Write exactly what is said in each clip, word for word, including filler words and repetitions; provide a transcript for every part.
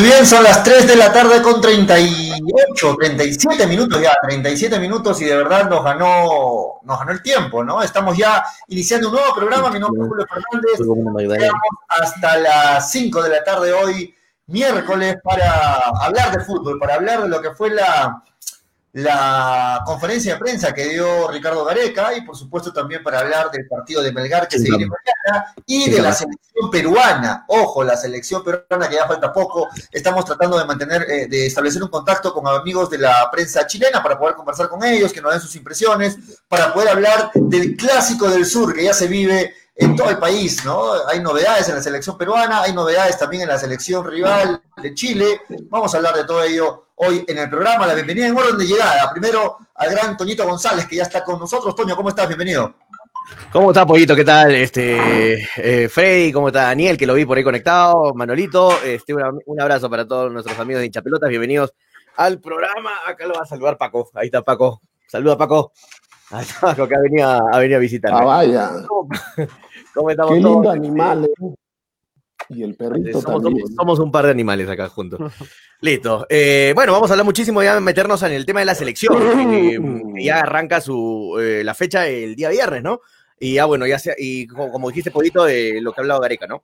Muy bien, son las tres de la tarde con treinta y ocho, treinta y siete minutos ya, treinta y siete minutos y de verdad nos ganó, nos ganó el tiempo, ¿no? Estamos ya iniciando un nuevo programa, mi nombre es Julio Fernández, quedamos hasta las cinco de la tarde hoy, miércoles, para hablar de fútbol, para hablar de lo que fue la, la conferencia de prensa que dio Ricardo Gareca y por supuesto también para hablar del partido de Melgar que sí, se viene mañana y sí, de la selección peruana. Ojo, la selección peruana que ya falta poco. Estamos tratando de mantener, eh, de establecer un contacto con amigos de la prensa chilena para poder conversar con ellos, que nos den sus impresiones, para poder hablar del clásico del sur que ya se vive en todo el país, ¿no? Hay novedades en la selección peruana, hay novedades también en la selección rival de Chile. Vamos a hablar de todo ello hoy en el programa. La bienvenida en orden de llegada. Primero al gran Toñito González, que ya está con nosotros. Toño, ¿cómo estás? Bienvenido. ¿Cómo está, Pollito? ¿Qué tal? Este, eh, Freddy, ¿cómo está Daniel? Que lo vi por ahí conectado. Manolito, este, una, un abrazo para todos nuestros amigos de Hinchapelotas. Bienvenidos al programa. Acá lo va a saludar Paco. Ahí está Paco. Saluda, Paco. Ahí está Paco, que ha venido a, ha venido a visitarme. Ah, vaya. ¿Cómo, cómo estamos Qué todos? lindo animal, ¿eh? Y el perrito somos, también. Somos, somos un par de animales acá juntos. Listo. Eh, bueno, vamos a hablar muchísimo, ya meternos en el tema de la selección. Eh, ya arranca su, eh, la fecha el día viernes, ¿no? Y ya, bueno, ya sea, y como, como dijiste, Polito, de lo que ha hablado Gareca, ¿no?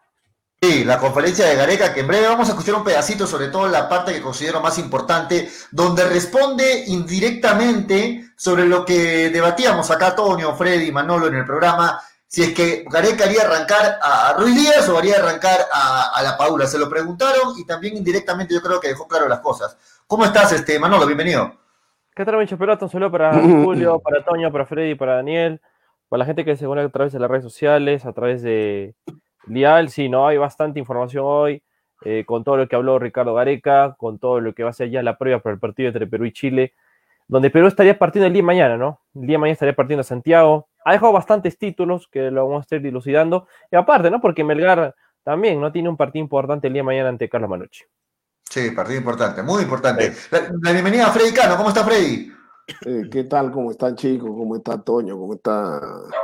Sí, la conferencia de Gareca, que en breve vamos a escuchar un pedacito, sobre todo la parte que considero más importante, donde responde indirectamente sobre lo que debatíamos acá, Antonio, Freddy, Manolo, en el programa, si es que Gareca haría arrancar a Ruiz Díaz o haría arrancar a, a la Padula. Se lo preguntaron y también indirectamente yo creo que dejó claro las cosas. ¿Cómo estás, este Manolo? Bienvenido. ¿Qué tal, Mincho Pelota? Un saludo para Julio, para Toño, para Freddy, para Daniel, para la gente que se une a través de las redes sociales, a través de Dial. Sí, no, hay bastante información hoy, eh, con todo lo que habló Ricardo Gareca, con todo lo que va a ser ya la prueba para el partido entre Perú y Chile, donde Perú estaría partiendo el día de mañana, ¿no? El día de mañana estaría partiendo a Santiago. Ha dejado bastantes títulos que lo vamos a estar dilucidando. Y aparte, ¿no? Porque Melgar también no tiene un partido importante el día de mañana ante Carlos Manucci. Sí, partido importante, muy importante. Sí. La, la bienvenida a Freddy Cano. ¿Cómo está Freddy? Eh, ¿Qué tal? ¿Cómo están, chicos? ¿Cómo está Toño? ¿Cómo está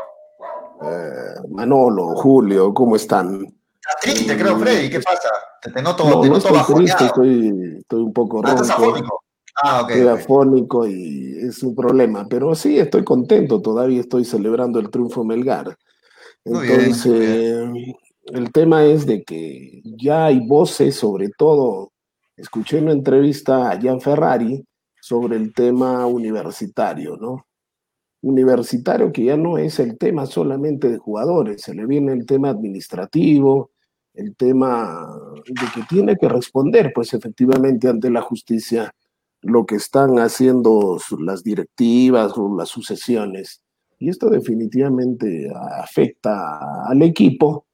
eh, Manolo, Julio? ¿Cómo están? Estás triste, creo, Freddy. ¿Qué pasa? Te, te noto, no, te no noto estoy bajoneado. triste, estoy, estoy un poco ronco. Ah, ¿estás afónico? Ah, ok. Estoy okay. afónico y es un problema. Pero sí, estoy contento. Todavía estoy celebrando el triunfo Melgar. Entonces, muy bien, muy bien. El tema es de que ya hay voces, sobre todo, escuché una entrevista a Gian Ferrari sobre el tema universitario, ¿no? Universitario que ya no es el tema solamente de jugadores, se le viene el tema administrativo, el tema de que tiene que responder, pues efectivamente, ante la justicia, lo que están haciendo las directivas o las sucesiones. Y esto definitivamente afecta al equipo.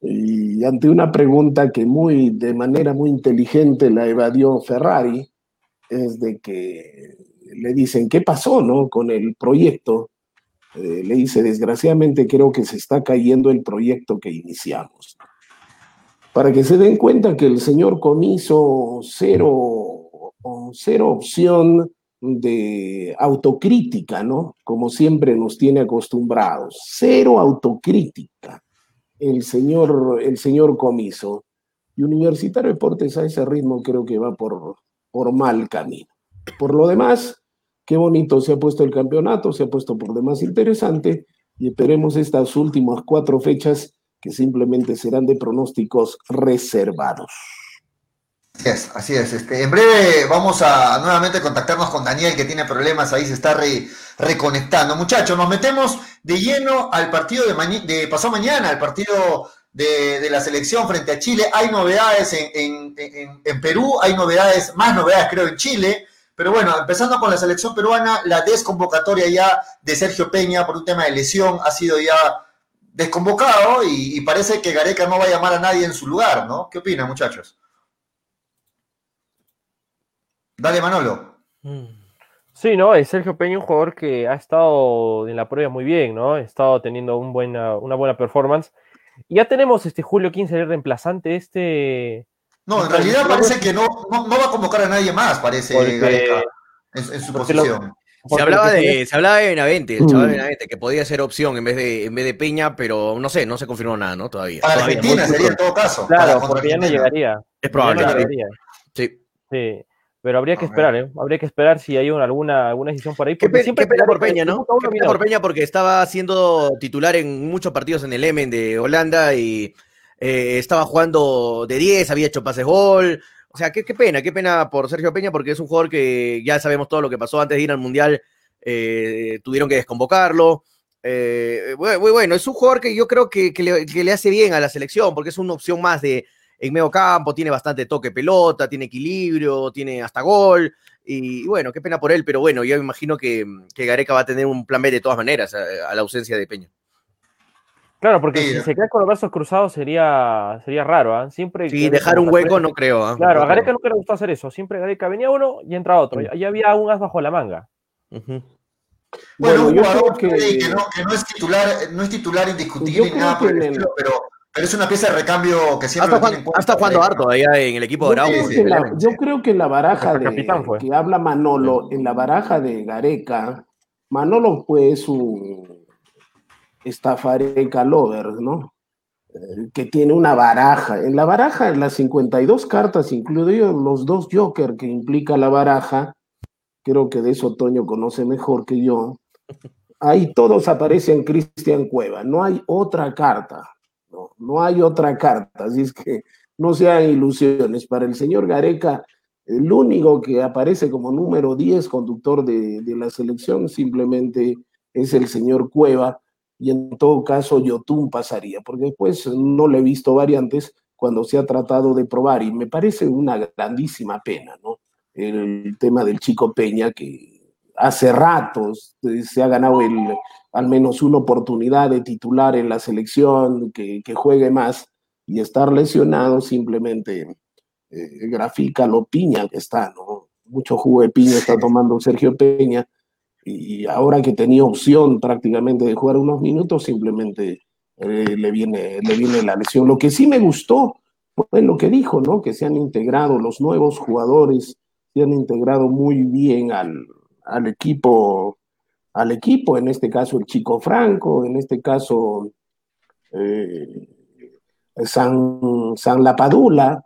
Y ante una pregunta que muy, de manera muy inteligente la evadió Ferrari, es de que le dicen, ¿qué pasó, no, con el proyecto? Eh, le dice, desgraciadamente creo que se está cayendo el proyecto que iniciamos. Para que se den cuenta que el señor Comiso, cero, cero opción de autocrítica, ¿no? Como siempre nos tiene acostumbrados. Cero autocrítica el señor, el señor Comiso. Y Universitario de Deportes a ese ritmo creo que va por, por mal camino. Por lo demás, qué bonito se ha puesto el campeonato, se ha puesto por demás interesante y esperemos estas últimas cuatro fechas que simplemente serán de pronósticos reservados. Así es, así es. Este, en breve vamos a nuevamente contactarnos con Daniel, que tiene problemas, ahí se está re, reconectando. Muchachos, nos metemos de lleno al partido de, ma de pasado mañana, al partido de, de la selección frente a Chile. Hay novedades en, en, en, en Perú, hay novedades, más novedades creo en Chile. Pero bueno, empezando con la selección peruana, la desconvocatoria ya de Sergio Peña por un tema de lesión ha sido ya desconvocado y, y parece que Gareca no va a llamar a nadie en su lugar, ¿no? ¿Qué opinan, muchachos? Dale, Manolo. Sí, ¿no? Es Sergio Peña, un jugador que ha estado en la prueba muy bien, ¿no? Ha estado teniendo un buena, una buena performance. Y ya tenemos este Julio quince, el reemplazante, este... No, en realidad parece que no, no, no va a convocar a nadie más, parece porque, Gareca, en, en su posición. Lo, Se hablaba de, se hablaba de Benavente, el chaval de Benavente, que podía ser opción en vez de, en vez de Peña, pero no sé, no se confirmó nada, ¿no? Todavía. Para Todavía. Argentina sería en todo caso. Claro, porque ya no llegaría. Es probable. Ya no llegaría. Sí. Sí. Pero habría que esperar, ¿eh? Habría que esperar si hay una, alguna, alguna decisión por ahí. Qué, pe siempre qué pena por Peña, ¿no? Qué pena por Peña porque estaba siendo titular en muchos partidos en el Emmen de Holanda y eh, estaba jugando de diez, había hecho pases gol. O sea, qué, qué pena, qué pena por Sergio Peña porque es un jugador que ya sabemos todo lo que pasó antes de ir al Mundial. Eh, tuvieron que desconvocarlo. Eh, bueno, bueno, es un jugador que yo creo que, que, le, que le hace bien a la selección porque es una opción más de en medio campo, tiene bastante toque pelota, tiene equilibrio, tiene hasta gol, y bueno, qué pena por él, pero bueno, yo me imagino que, que Gareca va a tener un plan B de todas maneras a, a la ausencia de Peña. Claro, porque sí, si se queda con los brazos cruzados sería, sería raro, ¿eh? Siempre sí, dejar un hueco no creo. ¿eh? Claro, no a Gareca creo. nunca le gustó hacer eso, siempre Gareca venía uno y entra otro, ya, ya había un as bajo la manga. Uh-huh. Bueno, bueno, un jugador que, que, no, que no es titular, no es titular indiscutible ni nada por el estilo, pero pero es una pieza de recambio que siempre hasta, lo tiene hasta jugando harto allá en el equipo de Araujo. Yo, sí, la, yo creo que la baraja de que habla Manolo, en la baraja de Gareca, Manolo fue su estafareca lover, ¿no? Eh, que tiene una baraja. En la baraja, en las cincuenta y dos cartas, incluidos los dos Joker que implica la baraja, creo que de eso Toño conoce mejor que yo, ahí todos aparecen Cristian Cueva, no hay otra carta. No, no hay otra carta, así es que no sean ilusiones. Para el señor Gareca, el único que aparece como número diez conductor de, de la selección simplemente es el señor Cueva, y en todo caso Yotún pasaría, porque después no le he visto variantes cuando se ha tratado de probar, y me parece una grandísima pena, ¿no? El tema del Chico Peña, que hace ratos se ha ganado el... al menos una oportunidad de titular en la selección, que, que juegue más, y estar lesionado simplemente eh, grafica lo piña que está, ¿no? Mucho jugo de piña está tomando Sergio Peña, y ahora que tenía opción prácticamente de jugar unos minutos, simplemente eh, le, viene, le viene la lesión. Lo que sí me gustó fue lo que dijo, ¿no? Que se han integrado los nuevos jugadores, se han integrado muy bien al, al equipo al equipo, en este caso el Chico Franco, en este caso eh, San, San Lapadula,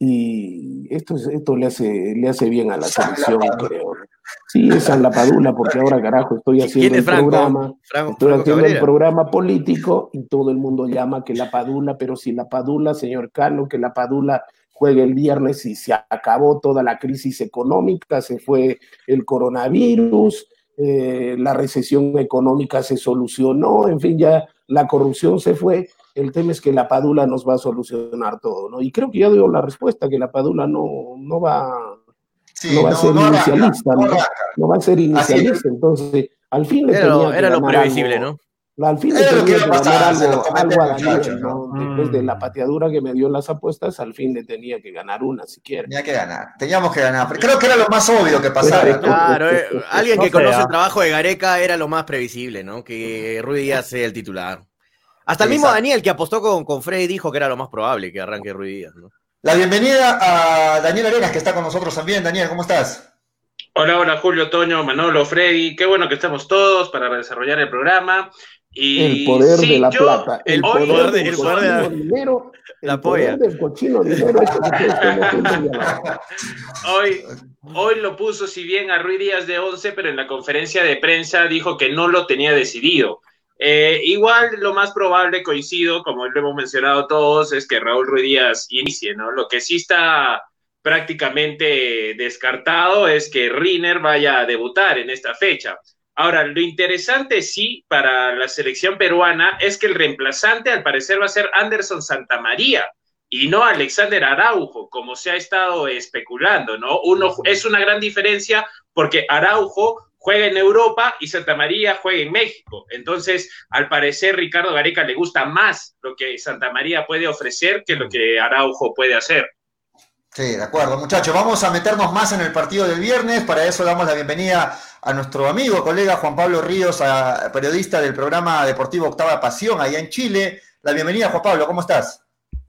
y esto, esto le, hace, le hace bien a la selección, creo. Sí, es San Lapadula, porque ahora, carajo, estoy haciendo el Franco? programa, Franco, estoy Franco haciendo Cabrera. el programa político, y todo el mundo llama que la Padula, pero si la Padula, señor Cano, que la Padula juegue el viernes y se acabó toda la crisis económica, se fue el coronavirus, Eh, la recesión económica se solucionó, en fin, ya la corrupción se fue. El tema es que la Padula nos va a solucionar todo, ¿no? Y creo que ya dio la respuesta, que la Padula no, no va, sí, no va no, a ser no inicialista, arranca, ¿no? no, no va a ser inicialista, entonces al fin le era tenía lo, que era lo ganar previsible, algo, ¿no? Al fin era le lo que tenía iba que a pasar, ganar se lo algo, comenté algo a al Daniel, muchacho, ¿no? ¿no? Después Mm. de la pateadura que me dio en las apuestas, al fin le tenía que ganar una, si quiere. Tenía que ganar, teníamos que ganar. Creo que era lo más obvio que pasara, ¿no? Claro, eh, alguien No que sé, conoce ¿ah? el trabajo de Gareca era lo más previsible, ¿no? Que Ruiz Díaz sea el titular. Hasta el mismo Exacto. Daniel, que apostó con, con Freddy, dijo que era lo más probable que arranque Ruiz Díaz, ¿no? La bienvenida a Daniel Arenas, que está con nosotros también. Daniel, ¿cómo estás? Hola, hola Julio, Toño, Manolo, Freddy, qué bueno que estamos todos para desarrollar el programa. Y El poder sí, de la yo, plata, el hoy poder de- del el poder de cochino la- dinero, la el poder polla. del cochino dinero, esto que todos estemos juntos y a la... hoy, hoy lo puso, si bien a Ruiz Díaz de once, pero en la conferencia de prensa dijo que no lo tenía decidido. Eh, igual lo más probable, coincido, como lo hemos mencionado todos, es que Raúl Ruiz Díaz inicie, ¿no? Lo que sí está prácticamente descartado es que Riner vaya a debutar en esta fecha. Ahora, lo interesante sí para la selección peruana es que el reemplazante al parecer va a ser Anderson Santamaría y no Alexander Araujo, como se ha estado especulando, ¿no? Uno, es una gran diferencia porque Araujo juega en Europa y Santamaría juega en México. Entonces, al parecer, Ricardo Gareca le gusta más lo que Santamaría puede ofrecer que lo que Araujo puede hacer. Sí, de acuerdo, muchachos. Vamos a meternos más en el partido del viernes. Para eso damos la bienvenida a nuestro amigo, colega Juan Pablo Ríos, a, periodista del programa deportivo Octava Pasión, allá en Chile. La bienvenida, Juan Pablo, ¿cómo estás?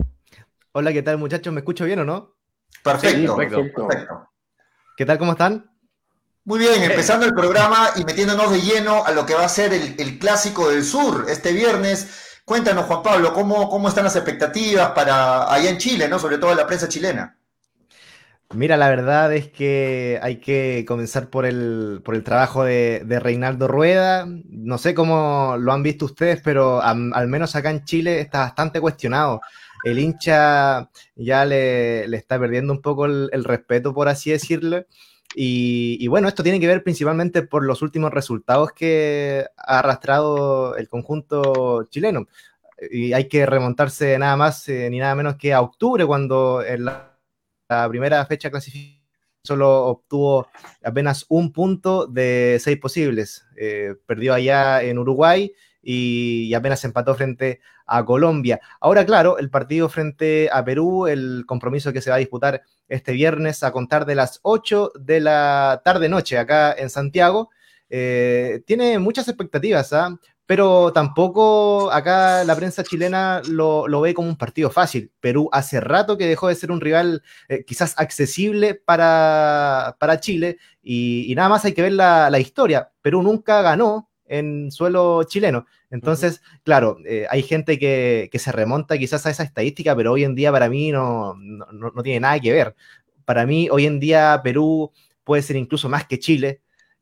Hola, ¿qué tal, muchachos? ¿Me escucho bien o no? Perfecto, Sí, perfecto. perfecto. ¿Qué tal, cómo están? Muy bien, empezando el programa y metiéndonos de lleno a lo que va a ser el, el Clásico del Sur este viernes. Cuéntanos, Juan Pablo, ¿cómo, cómo están las expectativas para allá en Chile, ¿no? Sobre todo en la prensa chilena. Mira, la verdad es que hay que comenzar por el, por el trabajo de, de Reinaldo Rueda. No sé cómo lo han visto ustedes, pero am- al menos acá en Chile está bastante cuestionado. El hincha ya le, le está perdiendo un poco el, el respeto, por así decirlo. Y, y bueno, esto tiene que ver principalmente por los últimos resultados que ha arrastrado el conjunto chileno. Y hay que remontarse nada más eh, ni nada menos que a octubre, cuando en la la primera fecha clasificada solo obtuvo apenas un punto de seis posibles. Eh, perdió allá en Uruguay y, y apenas empató frente a Colombia. Ahora, claro, el partido frente a Perú, el compromiso que se va a disputar este viernes a contar de las ocho de la tarde-noche acá en Santiago, eh, tiene muchas expectativas, ¿ah? Pero tampoco acá la prensa chilena lo, lo ve como un partido fácil. Perú hace rato que dejó de ser un rival eh, quizás accesible para, para Chile, y, y nada más hay que ver la, la historia. Perú nunca ganó en suelo chileno. Entonces, uh-huh. claro, eh, hay gente que, que se remonta quizás a esa estadística, pero hoy en día para mí no, no, no tiene nada que ver. Para mí hoy en día Perú puede ser incluso más que Chile.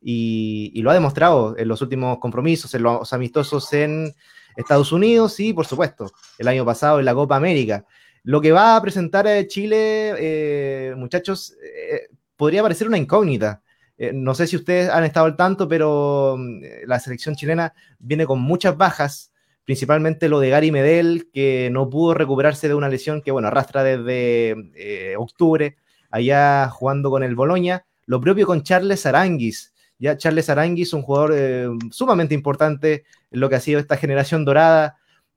Y, y lo ha demostrado en los últimos compromisos, en los amistosos en Estados Unidos y, por supuesto, el año pasado en la Copa América. Lo que va a presentar Chile, eh, muchachos, eh, podría parecer una incógnita. Eh, no sé si ustedes han estado al tanto, pero eh, la selección chilena viene con muchas bajas, principalmente lo de Gary Medel, que no pudo recuperarse de una lesión que, bueno, arrastra desde eh, octubre, allá jugando con el Bologna. Lo propio con Charles Aranguis. Ya Charles Aranguis, un jugador eh, sumamente importante en lo que ha sido esta generación dorada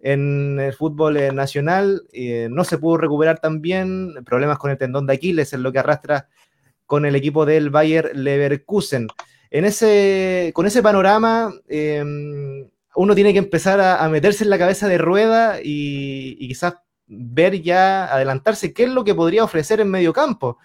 en el fútbol eh, nacional, eh, no se pudo recuperar también, problemas con el tendón de Aquiles, en lo que arrastra con el equipo del Bayer Leverkusen. En ese, con ese panorama, eh, uno tiene que empezar a, a meterse en la cabeza de Rueda y, y quizás ver ya, adelantarse qué es lo que podría ofrecer en medio campo.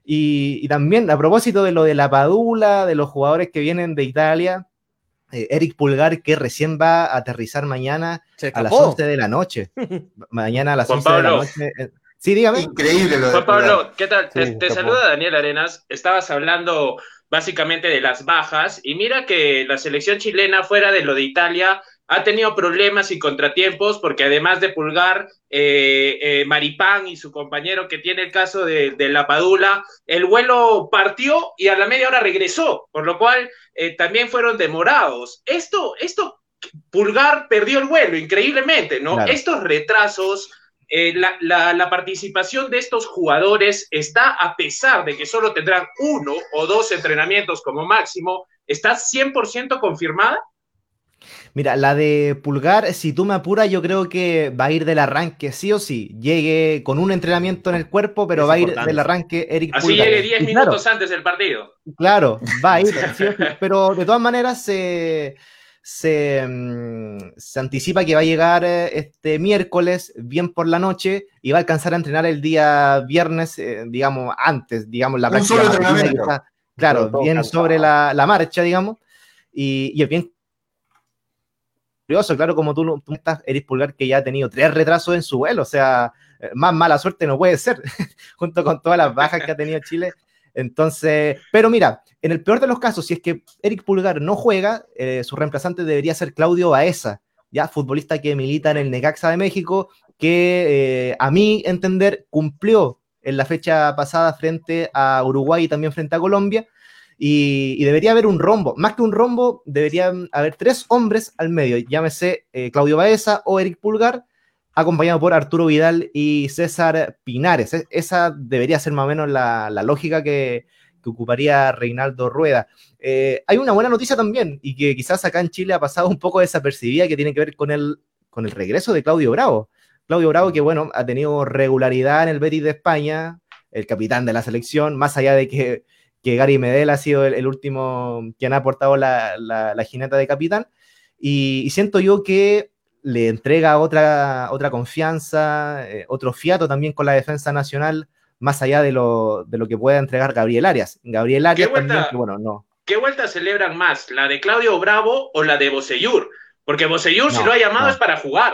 Y, y también, a propósito de lo de la Padula, de los jugadores que vienen de Italia, eh, Eric Pulgar, que recién va a aterrizar mañana a las once de la noche. Mañana a las Juan once Pablo. de la noche. Eh, sí, dígame. Increíble lo de Juan Pablo, Pulgar. ¿qué tal? Sí, te te saluda Daniel Arenas. Estabas hablando básicamente de las bajas y mira que la selección chilena, fuera de lo de Italia, ha tenido problemas y contratiempos porque además de Pulgar, eh, eh, Maripán y su compañero que tiene el caso de, de la Padula, el vuelo partió y a la media hora regresó, por lo cual eh, también fueron demorados. Esto, esto, Pulgar perdió el vuelo increíblemente, ¿no? Claro. Estos retrasos, eh, la, la, la participación de estos jugadores está, a pesar de que solo tendrán uno o dos entrenamientos como máximo, ¿está cien por ciento confirmada? Mira, la de Pulgar, si tú me apuras, yo creo que va a ir del arranque, sí o sí. Llegue con un entrenamiento en el cuerpo, pero Es va a ir importante. del arranque Eric Así Pulgar. llegue diez Y minutos claro, antes del partido. Claro, va a ir, sí o sí, pero de todas maneras se, se, mm, se anticipa que va a llegar eh, este miércoles bien por la noche y va a alcanzar a entrenar el día viernes, eh, digamos, antes, digamos, la Un práctica solo matutina que entrenamiento. está, claro, Pero todo bien cansado. sobre la, la marcha, digamos, y, y es bien curioso, claro, como tú, tú estás, Eric Pulgar, que ya ha tenido tres retrasos en su vuelo, o sea, eh, más mala suerte no puede ser, junto con todas las bajas que ha tenido Chile. Entonces, pero mira, en el peor de los casos, si es que Eric Pulgar no juega, eh, su reemplazante debería ser Claudio Baeza, ya futbolista que milita en el Necaxa de México, que eh, a mi entender cumplió en la fecha pasada frente a Uruguay y también frente a Colombia, y, y debería haber un rombo, más que un rombo, deberían haber tres hombres al medio, llámese eh, Claudio Baeza o Eric Pulgar, acompañado por Arturo Vidal y César Pinares. Esa debería ser más o menos la, la lógica que, que ocuparía Reinaldo Rueda. Eh, hay una buena noticia también, y que quizás acá en Chile ha pasado un poco desapercibida, que tiene que ver con el, con el regreso de Claudio Bravo. Claudio Bravo, que bueno, ha tenido regularidad en el Betis de España, el capitán de la selección, más allá de que, que Gary Medel ha sido el, el último quien ha aportado la, la, la jineta de capitán, y, y siento yo que le entrega otra, otra confianza, eh, otro fiato también con la defensa nacional, más allá de lo, de lo que pueda entregar Gabriel Arias. Gabriel Arias ¿Qué vuelta, también, que bueno, no. ¿qué vuelta celebran más? ¿La de Claudio Bravo o la de Bocellur? Porque Bocellur, no, si lo ha llamado, no. es para jugar.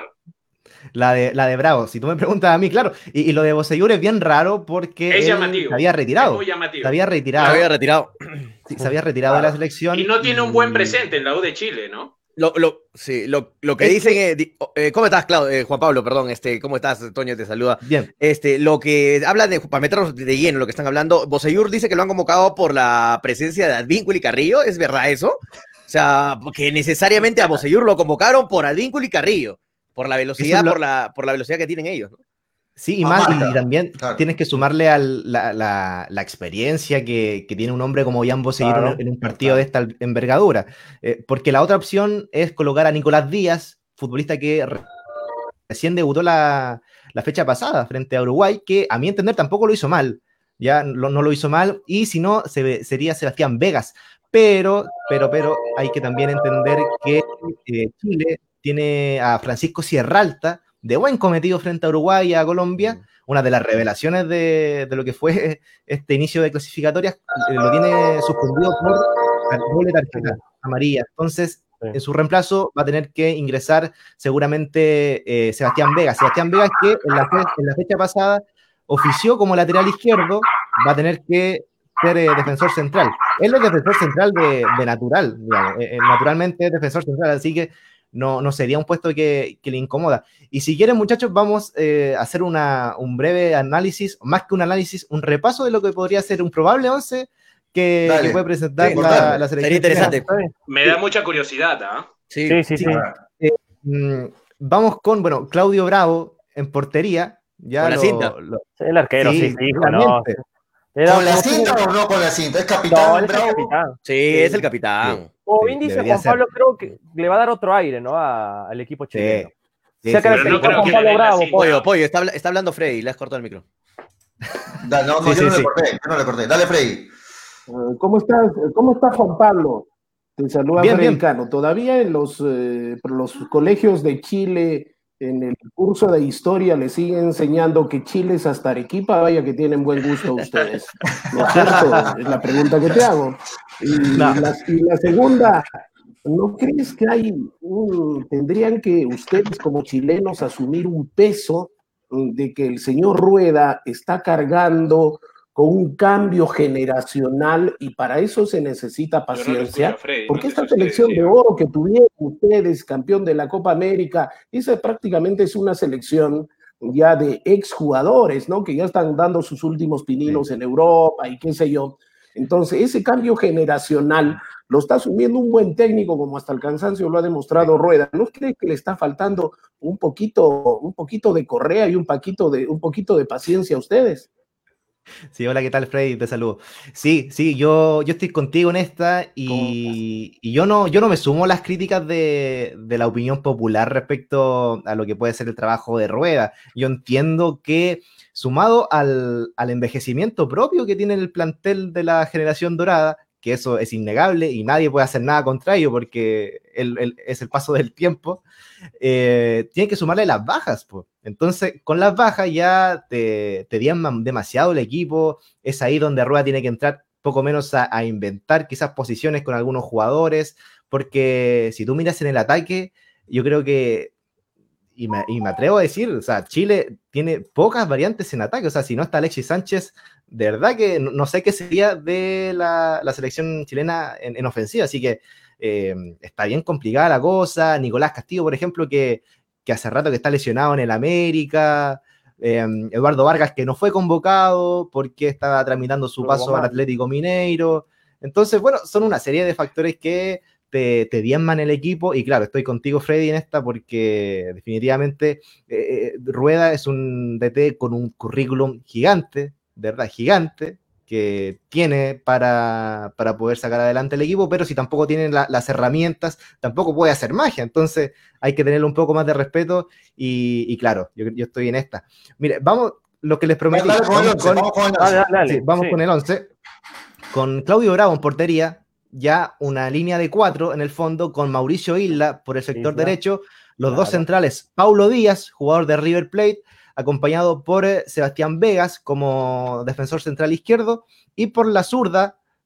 La de, la de Bravo, si tú me preguntas a mí, claro. Y, y lo de Bocellur es bien raro porque es él llamativo, se había retirado. Es muy llamativo. Se había retirado. Se había retirado. Sí, se había retirado claro. de la selección. Y no tiene y... un buen presente en la U de Chile, ¿no? Lo, lo, sí, lo, lo que es dicen que... es... Eh, ¿Cómo estás, Claudio? Eh, Juan Pablo, perdón. Este, ¿cómo estás? Toño te saluda. Bien. Este, lo que hablan de... Para meternos de lleno lo que están hablando, Bocellur dice que lo han convocado por la presencia de Advíncula y Carrillo. ¿Es verdad eso? O sea, que necesariamente a Bocellur lo convocaron por Advíncula y Carrillo. Por la velocidad, lo... por, la, por la velocidad que tienen ellos, ¿no? Sí, y ah, más, marca. y también claro. tienes que sumarle a la, la, la experiencia que, que tiene un hombre como Jan Bocellur claro. en, en un partido claro. de esta envergadura. Eh, porque la otra opción es colocar a Nicolás Díaz, futbolista que re recién debutó la, la fecha pasada frente a Uruguay, que a mi entender tampoco lo hizo mal, ya lo, no lo hizo mal, y si no, se, sería Sebastián Vegas. Pero, pero, pero, hay que también entender que eh, Chile tiene a Francisco Sierralta, de buen cometido frente a Uruguay y a Colombia, mm. una de las revelaciones de, de lo que fue este inicio de clasificatorias, eh, lo tiene suspendido por doble tarjeta amarilla. Entonces, sí. en su reemplazo va a tener que ingresar seguramente eh, Sebastián Vega. Sebastián Vega que en la, fe, en la fecha pasada ofició como lateral izquierdo, va a tener que ser eh, defensor central. Él es defensor central de, de natural, digamos. Eh, naturalmente es defensor central, así que No, no sería un puesto que, que le incomoda. Y si quieren, muchachos, vamos eh, a hacer una, un breve análisis, más que un análisis, un repaso de lo que podría ser un probable once que, que puede presentar sí, la, la selección. Sería interesante. Me da mucha curiosidad, ¿ah? ¿eh? Sí, sí, sí. sí. Eh, mm, vamos con, bueno, Claudio Bravo en portería. Ya con lo, la cinta. Lo, el arquero, sí, sí, sí no. Era ¿Con la cinta o no con la cinta? ¿Es capitán? No, es el capitán. Sí, sí, es el capitán. Como bien dice Juan Pablo, ser. creo que le va a dar otro aire, ¿no? A, al equipo chileno. Sí, sí, sí, pero no creo Juan que Pablo Bravo. Pollo, pollo, está, está hablando Freddy, le has cortado el micro. Da, no, no, sí, yo, sí, no sí. Le corté, yo no le corté. Dale, Freddy. ¿Cómo estás? ¿Cómo está Juan Pablo? Te saluda bien, Freddy bien. Cano. Todavía en los, eh, los colegios de Chile, en el curso de historia, le siguen enseñando que Chile es hasta Arequipa. Vaya que tienen buen gusto ustedes. ¿No es cierto? Es la pregunta que te hago. Y, no. la, y la segunda, ¿no crees que hay un, tendrían que ustedes como chilenos asumir un peso de que el señor Rueda está cargando con un cambio generacional y para eso se necesita paciencia? No Freddy, porque no esta selección de oro que tuvieron ustedes, campeón de la Copa América, esa prácticamente es una selección ya de exjugadores, ¿no? Que ya están dando sus últimos pininos sí. en Europa y qué sé yo. Entonces, ese cambio generacional lo está asumiendo un buen técnico, como hasta el cansancio lo ha demostrado Rueda. ¿No cree que le está faltando un poquito, un poquito de correa y un poquito de, un poquito de paciencia a ustedes? Sí, hola, ¿qué tal, Freddy? Te saludo. Sí, sí, yo, yo estoy contigo en esta y, y yo, no, yo no me sumo a las críticas de, de la opinión popular respecto a lo que puede ser el trabajo de Rueda. Yo entiendo que, sumado al, al envejecimiento propio que tiene el plantel de la generación dorada, que eso es innegable y nadie puede hacer nada contra ello porque el, el, es el paso del tiempo, eh, tiene que sumarle las bajas, pues. Entonces, con las bajas ya te, te diezman demasiado el equipo, es ahí donde Rueda tiene que entrar poco menos a, a inventar quizás posiciones con algunos jugadores, porque si tú miras en el ataque, yo creo que, y me, y me atrevo a decir, o sea, Chile tiene pocas variantes en ataque, o sea, si no está Alexis Sánchez, de verdad que no, no sé qué sería de la, la selección chilena en, en ofensiva, así que eh, está bien complicada la cosa. Nicolás Castillo, por ejemplo, que, que hace rato que está lesionado en el América, eh, Eduardo Vargas, que no fue convocado porque estaba tramitando su paso al Atlético Mineiro. Entonces, bueno, son una serie de factores que te, te diezman el equipo, y claro, estoy contigo, Freddy, en esta, porque definitivamente eh, Rueda es un D T con un currículum gigante, de verdad, gigante, que tiene para, para poder sacar adelante el equipo, pero si tampoco tiene la, las herramientas, tampoco puede hacer magia. Entonces hay que tenerle un poco más de respeto y, y claro, yo, yo estoy en esta. Mire, vamos, lo que les prometí. Dale, dale, vamos, con, vamos con el once. Dale, dale, sí, vamos sí. con el once. Con Claudio Bravo en portería, ya una línea de cuatro en el fondo, con Mauricio Isla por el sector Isla. derecho, los claro. dos centrales, Paulo Díaz, jugador de River Plate, acompañado por eh, Sebastián Vegas como defensor central izquierdo, y por la zurda,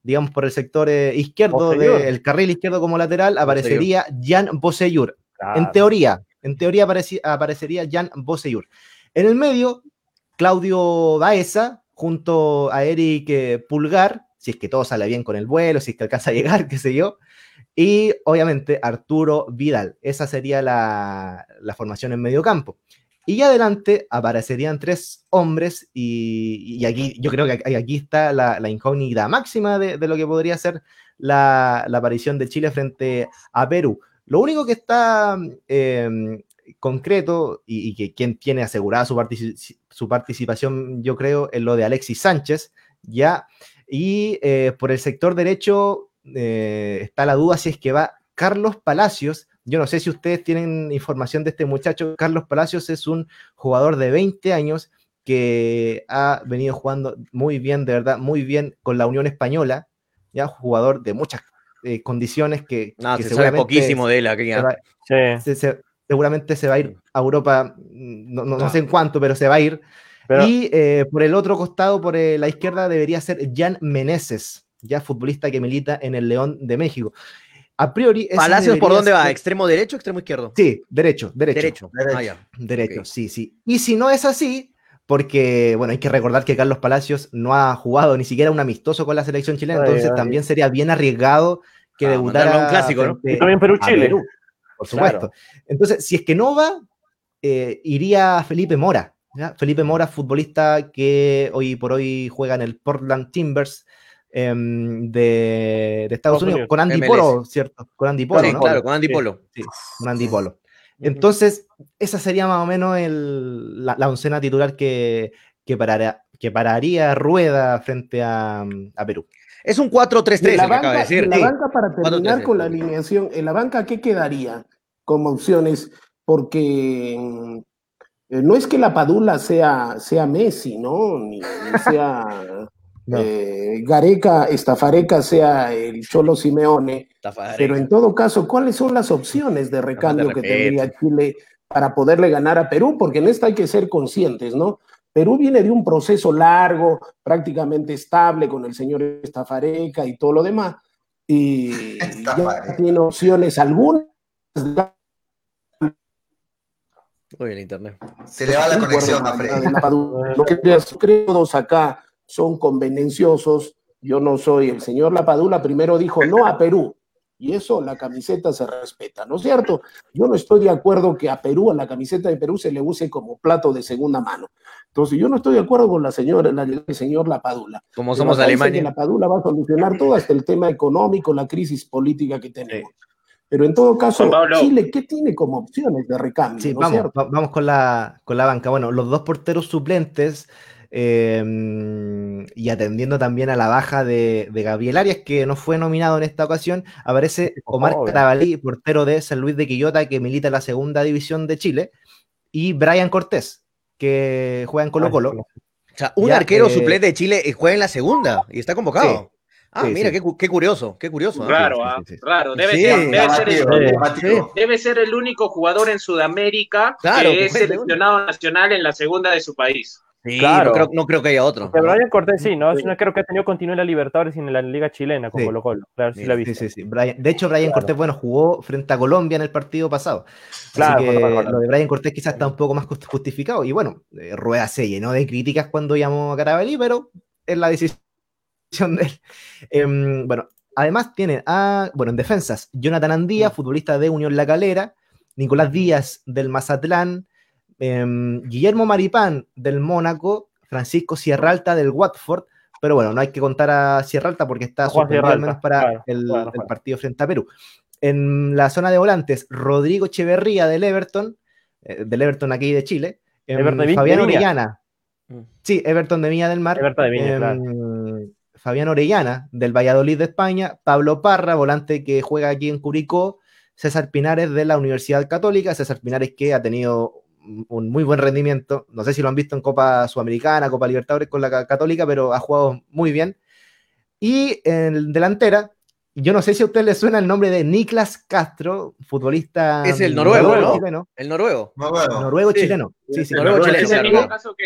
digamos por el sector eh, izquierdo, del carril izquierdo como lateral, aparecería Jan Bosellur. Claro. En teoría, en teoría apareci, aparecería Jan Bosellur. En el medio, Claudio Baeza, junto a Eric eh, Pulgar, si es que todo sale bien con el vuelo, si es que alcanza a llegar, qué sé yo, y obviamente Arturo Vidal. Esa sería la, la formación en medio campo. Y adelante aparecerían tres hombres y, y aquí yo creo que aquí está la, la incógnita máxima de, de lo que podría ser la, la aparición de Chile frente a Perú. Lo único que está eh, concreto y, y que quien tiene asegurada su, partici su participación, yo creo, es lo de Alexis Sánchez, ya, y eh, por el sector derecho eh, está la duda si es que va Carlos Palacios. Yo no sé si ustedes tienen información de este muchacho. Carlos Palacios es un jugador de veinte años que ha venido jugando muy bien, de verdad, muy bien con la Unión Española, ya, jugador de muchas eh, condiciones que, no, que se sabe poquísimo de él aquí. Se va, sí. se, se, seguramente se va a ir a Europa, no, no, no sé en cuánto, pero se va a ir. Pero, y eh, por el otro costado, por eh, la izquierda, debería ser Jan Meneses, ya futbolista que milita en el León de México. A priori, ¿Palacios por dónde ser... va? ¿Extremo derecho o extremo izquierdo? Sí, derecho, derecho. Derecho, derecho, ah, ya. derecho okay. sí, sí. Y si no es así, porque, bueno, hay que recordar que Carlos Palacios no ha jugado ni siquiera un amistoso con la selección chilena, ay, entonces ay, también ay. sería bien arriesgado que ah, debutara un clásico, ¿no? Y también Perú-Chile. Perú, por supuesto. Claro. Entonces, si es que no va, eh, iría Felipe Mora. ¿ya? Felipe Mora, futbolista que hoy por hoy juega en el Portland Timbers, Eh, de, de Estados Unidos, con Andy M L S. Polo, ¿cierto? Con Andy Polo, sí, ¿no? Claro, con Andy sí, Polo. Sí, con Andy Polo. Entonces, esa sería más o menos el, la, la oncena titular que, que, parará, que pararía Rueda frente a, a Perú. Es un cuatro tres tres, el que acaba de decir. En la banca, para terminar con la alineación, en la banca, ¿qué quedaría como opciones? Porque eh, no es que la Padula sea, sea Messi, ¿no? Ni, ni sea... No. Eh, Gareca, Estafareca sea el Cholo Simeone, Tafareca. Pero en todo caso, ¿cuáles son las opciones de recambio que tendría Chile para poderle ganar a Perú? Porque en esta hay que ser conscientes, ¿no? Perú viene de un proceso largo, prácticamente estable con el señor Estafareca y todo lo demás, y ya tiene opciones algunas. Uy, el internet. Se le va la conexión a Freddy. Lo que creo todos acá son convenenciosos. Yo no soy el señor Lapadula, primero dijo no a Perú, y eso la camiseta se respeta, ¿no es cierto? Yo no estoy de acuerdo que a Perú, a la camiseta de Perú, se le use como plato de segunda mano. Entonces yo no estoy de acuerdo con la señora, la, el señor Lapadula. Como somos Alemania. Que Lapadula va a solucionar todo, hasta el tema económico, la crisis política que tenemos. Sí. Pero en todo caso, Chile, ¿qué tiene como opciones de recambio? Sí, ¿no vamos, cierto? vamos con la, con la banca. Bueno, los dos porteros suplentes, eh, y atendiendo también a la baja de, de Gabriel Arias, que no fue nominado en esta ocasión, aparece Omar oh, Carabalí, portero de San Luis de Quillota, que milita en la segunda división de Chile, y Brian Cortés, que juega en Colo Colo. O sea, un ya, arquero eh, suplente de Chile juega en la segunda y está convocado. Sí. Ah, sí, mira, sí. Qué, qué curioso, qué curioso. Raro, ¿eh? sí, sí, sí. raro. Debe, sí, ser, debe, ser el, sí. debe ser el único jugador en Sudamérica claro, que es seleccionado nacional en la segunda de su país. Sí, claro. no, creo, no creo que haya otro. Pero Brian Cortés sí, ¿no? Es un arquero que ha tenido continuidad en la Libertadores y en la Liga Chilena con sí. Colo Colo. Claro, sí, sí la sí, sí, sí. Brian, de hecho, Brian claro. Cortés, bueno, jugó frente a Colombia en el partido pasado. Claro, Así que claro, claro. lo de Brian Cortés quizás está un poco más justificado. Y bueno, eh, Rueda se llenó de críticas cuando llamó a Carabalí, pero es la decisión de él. Eh, bueno, además tiene a, bueno, en defensas, Jonathan Andía, mm. futbolista de Unión La Calera, Nicolás Díaz del Mazatlán, eh, Guillermo Maripán del Mónaco, Francisco Sierralta del Watford, pero bueno, no hay que contar a Sierralta porque está suspendido al menos para claro, el, claro, el partido frente a Perú. En la zona de volantes, Rodrigo Echeverría del Everton, eh, del Everton aquí de Chile, eh, Fabián Orellana, mm. sí, Everton de Viña del Mar, Everton de Viña, eh, claro. Fabián Orellana del Valladolid de España, Pablo Parra, volante que juega aquí en Curicó, César Pinares de la Universidad Católica, César Pinares que ha tenido un muy buen rendimiento, no sé si lo han visto en Copa Sudamericana, Copa Libertadores con la Católica, pero ha jugado muy bien. Y en delantera, yo no sé si a usted le suena el nombre de Niklas Castro, futbolista... Es el noruego, noruego ¿no? Chileno. El noruego. Noruego, noruego sí. chileno. Sí, sí, noruego chileno. Es el mismo caso que,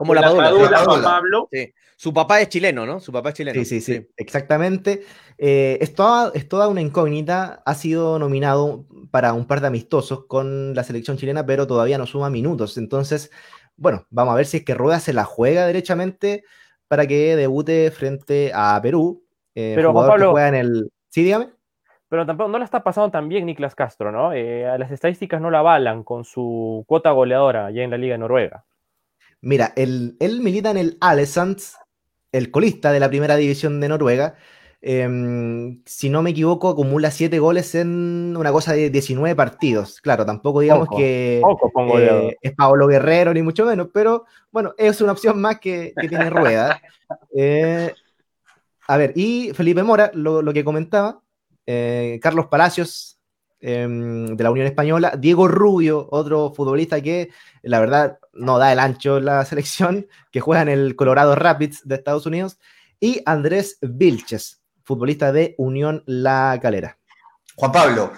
Como la Padula. Padula, La Juan Padula. Pablo. Sí. Su papá es chileno, ¿no? Su papá es chileno. Sí, sí, sí, sí. Exactamente. Eh, es, toda, es toda una incógnita. Ha sido nominado para un par de amistosos con la selección chilena, pero todavía no suma minutos. Entonces, bueno, vamos a ver si es que Rueda se la juega derechamente para que debute frente a Perú. Eh, pero jugador Juan Pablo, que juega en el... Sí, dígame. Pero tampoco no la está pasando tan bien Niklas Castro, ¿no? Eh, las estadísticas no la avalan con su cuota goleadora allá en la Liga de Noruega. Mira, él, él milita en el Aalesund, el colista de la primera división de Noruega. Eh, si no me equivoco, acumula siete goles en una cosa de diecinueve partidos. Claro, tampoco digamos Poco, que poco con goleador. eh, es Paolo Guerrero, ni mucho menos, pero bueno, es una opción más que, que tiene Rueda. Eh, a ver, y Felipe Mora, lo, lo que comentaba, eh, Carlos Palacios, eh, de la Unión Española, Diego Rubio, otro futbolista que la verdad no da el ancho en la selección, que juega en el Colorado Rapids de Estados Unidos, y Andrés Vilches, futbolista de Unión La Calera. Juan Pablo,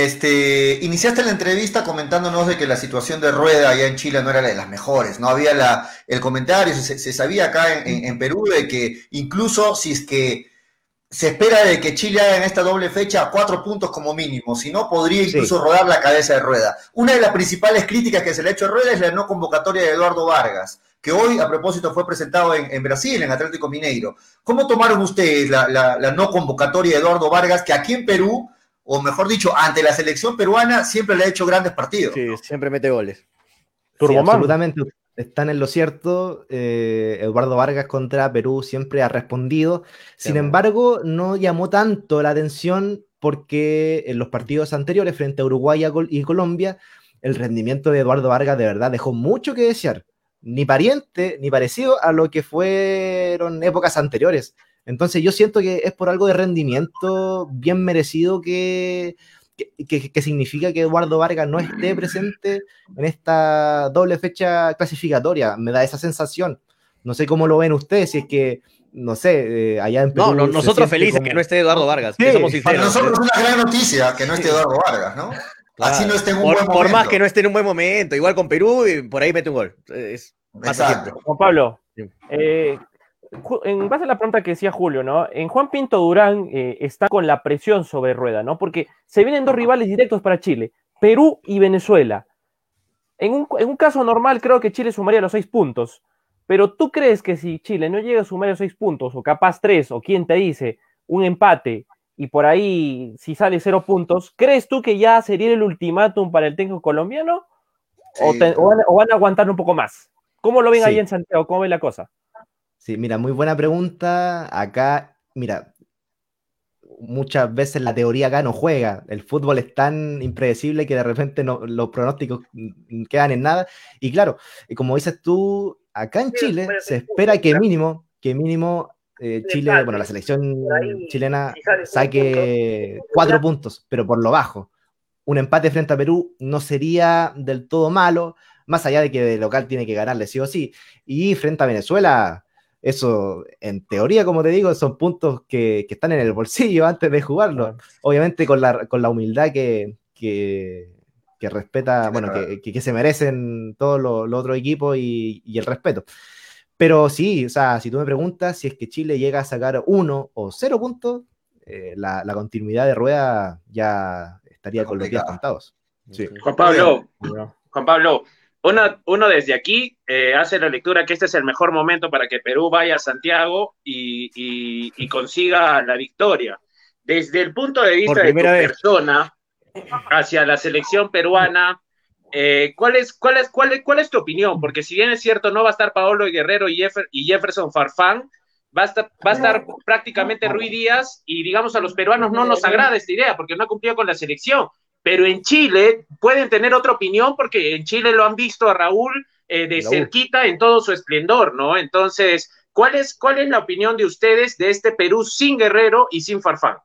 este, iniciaste la entrevista comentándonos de que la situación de Rueda allá en Chile no era la de las mejores, no había la, el comentario, se, se sabía acá en, en, en Perú de que incluso si es que se espera de que Chile haga en esta doble fecha cuatro puntos como mínimo, si no podría incluso sí. rodar la cabeza de Rueda. Una de las principales críticas que se le ha hecho a Rueda es la no convocatoria de Eduardo Vargas, que hoy a propósito fue presentado en, en Brasil, en Atlético Mineiro. ¿Cómo tomaron ustedes la, la, la no convocatoria de Eduardo Vargas, que aquí en Perú, o mejor dicho, ante la selección peruana, siempre le ha hecho grandes partidos? Sí, siempre mete goles. Sí, absolutamente, están en lo cierto. eh, Eduardo Vargas contra Perú siempre ha respondido. Sin sí, embargo, no llamó tanto la atención porque en los partidos anteriores frente a Uruguay y Colombia, el rendimiento de Eduardo Vargas de verdad dejó mucho que desear. Ni pariente, ni parecido a lo que fueron épocas anteriores. Entonces yo siento que es por algo de rendimiento bien merecido que, que, que, que significa que Eduardo Vargas no esté presente en esta doble fecha clasificatoria. Me da esa sensación. No sé cómo lo ven ustedes, si es que, no sé, eh, allá en Perú... No, no nosotros felices como... que no esté Eduardo Vargas, sí, que somos sinceros. Para nosotros es una gran noticia que no esté Eduardo Vargas, ¿no? Claro. Así no esté en un por, buen por momento. Por más que no esté en un buen momento, igual con Perú, y por ahí mete un gol. Es Exacto. Juan Pablo, sí. eh, en base a la pregunta que decía Julio, ¿no? En Juan Pinto Durán eh, está con la presión sobre Rueda, ¿no? Porque se vienen dos rivales directos para Chile, Perú y Venezuela. En un, en un caso normal creo que Chile sumaría los seis puntos, pero ¿tú crees que si Chile no llega a sumar los seis puntos, o capaz tres, o quién te dice, un empate, y por ahí si sale cero puntos, ¿crees tú que ya sería el ultimátum para el técnico colombiano? Sí. O, te, o, van, ¿O van a aguantar un poco más? ¿Cómo lo ven sí. ahí en Santiago? ¿Cómo ven la cosa? Sí, mira, muy buena pregunta. Acá, mira, muchas veces la teoría acá no juega. El fútbol es tan impredecible que de repente no, los pronósticos quedan en nada. Y claro, como dices tú, acá en Chile se espera que mínimo, que mínimo eh, Chile, bueno, la selección chilena saque cuatro puntos, pero por lo bajo. Un empate frente a Perú no sería del todo malo, más allá de que de local tiene que ganarle sí o sí. Y frente a Venezuela, eso, en teoría, como te digo, son puntos que, que están en el bolsillo antes de jugarlo. Obviamente con la, con la humildad que, que, que respeta, bueno, que, que, que se merecen todos los, los otros equipos y, y el respeto. Pero sí, o sea, si tú me preguntas si es que Chile llega a sacar uno o cero puntos, eh, la, la continuidad de Rueda ya estaría con los días contados. Sí. Juan Pablo, Juan Pablo, uno, uno desde aquí eh, hace la lectura que este es el mejor momento para que Perú vaya a Santiago y, y, y consiga la victoria. Desde el punto de vista de tu vez. persona hacia la selección peruana, eh, ¿cuál, es, cuál, es, cuál, es, ¿cuál es tu opinión? Porque si bien es cierto, no va a estar Paolo Guerrero y, Jeffer, y Jefferson Farfán, va a, estar, va a estar prácticamente Ruiz Díaz, y digamos a los peruanos no nos agrada esta idea porque no ha cumplido con la selección. Pero en Chile pueden tener otra opinión porque en Chile lo han visto a Raúl eh, de cerquita en todo su esplendor, ¿no? Entonces, ¿cuál es, ¿cuál es la opinión de ustedes de este Perú sin Guerrero y sin Farfán?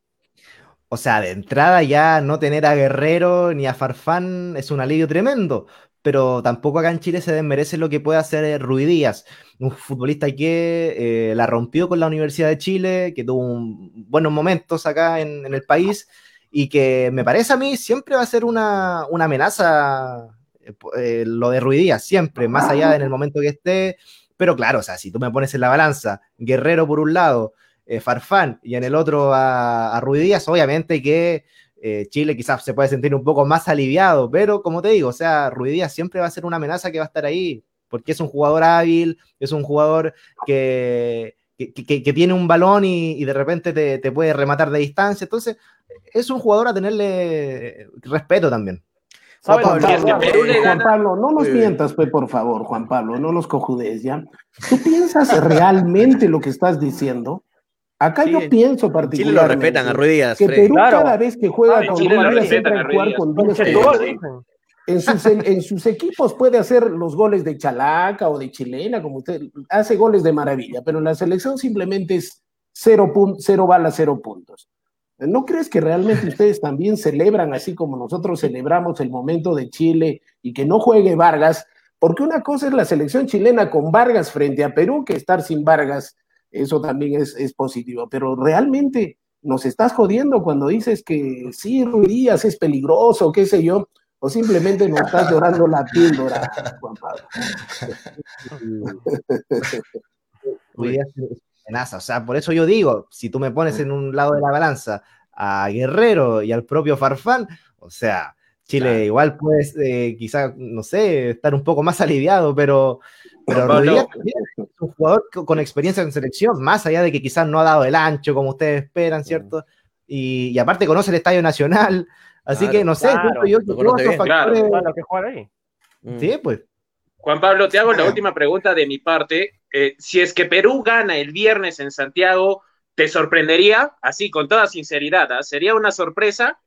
O sea, de entrada ya no tener a Guerrero ni a Farfán es un alivio tremendo, pero tampoco acá en Chile se desmerece lo que puede hacer Ruiz Díaz, un futbolista que eh, la rompió con la Universidad de Chile, que tuvo un, buenos momentos acá en, en el país, y que me parece a mí siempre va a ser una, una amenaza eh, lo de Ruiz Díaz, siempre, más allá en el momento que esté, pero claro, o sea, si tú me pones en la balanza, Guerrero por un lado, eh, Farfán, y en el otro a, a Ruiz Díaz, obviamente que eh, Chile quizás se puede sentir un poco más aliviado, pero como te digo, o sea, Ruiz Díaz siempre va a ser una amenaza que va a estar ahí, porque es un jugador hábil, es un jugador que... Que, que, que tiene un balón y, y de repente te, te puede rematar de distancia. Entonces, es un jugador a tenerle respeto también. Juan Pablo, eh, Juan Pablo, no nos mientas, pues, por favor, Juan Pablo, no nos cojudes, ¿ya? ¿Tú piensas realmente lo que estás diciendo? Acá sí, yo pienso particularmente Chile lo respetan a Ruiz Díaz, que Perú claro. cada vez que juega ah, con Chile Ruiz Díaz entra a jugar con diez jugadores. En sus, en sus equipos puede hacer los goles de chalaca o de chilena, como usted, hace goles de maravilla, pero en la selección simplemente es cero, pun- cero balas, cero puntos. ¿No crees que realmente ustedes también celebran así como nosotros celebramos el momento de Chile y que no juegue Vargas? Porque una cosa es la selección chilena con Vargas frente a Perú, que estar sin Vargas, eso también es, es positivo, pero realmente nos estás jodiendo cuando dices que sí, Ruiz Díaz es peligroso, qué sé yo, o simplemente nos estás llorando la píldora, Juan Pablo. Ruiz Díaz es amenaza, o sea, por eso yo digo, si tú me pones en un lado de la balanza a Guerrero y al propio Farfán, o sea, Chile claro. igual puede eh, quizá, no sé, estar un poco más aliviado, pero, pero Ruiz Díaz es un jugador con experiencia en selección, más allá de que quizás no ha dado el ancho como ustedes esperan, ¿cierto? Y, y aparte conoce el Estadio Nacional, así claro, que no sé, claro, yo, yo, yo otros factores... Claro, que jugar ahí. Sí, pues. Juan Pablo, te hago la última pregunta de mi parte. Eh, si es que Perú gana el viernes en Santiago, ¿te sorprendería? Así, con toda sinceridad, ¿eh? ¿Sería una sorpresa?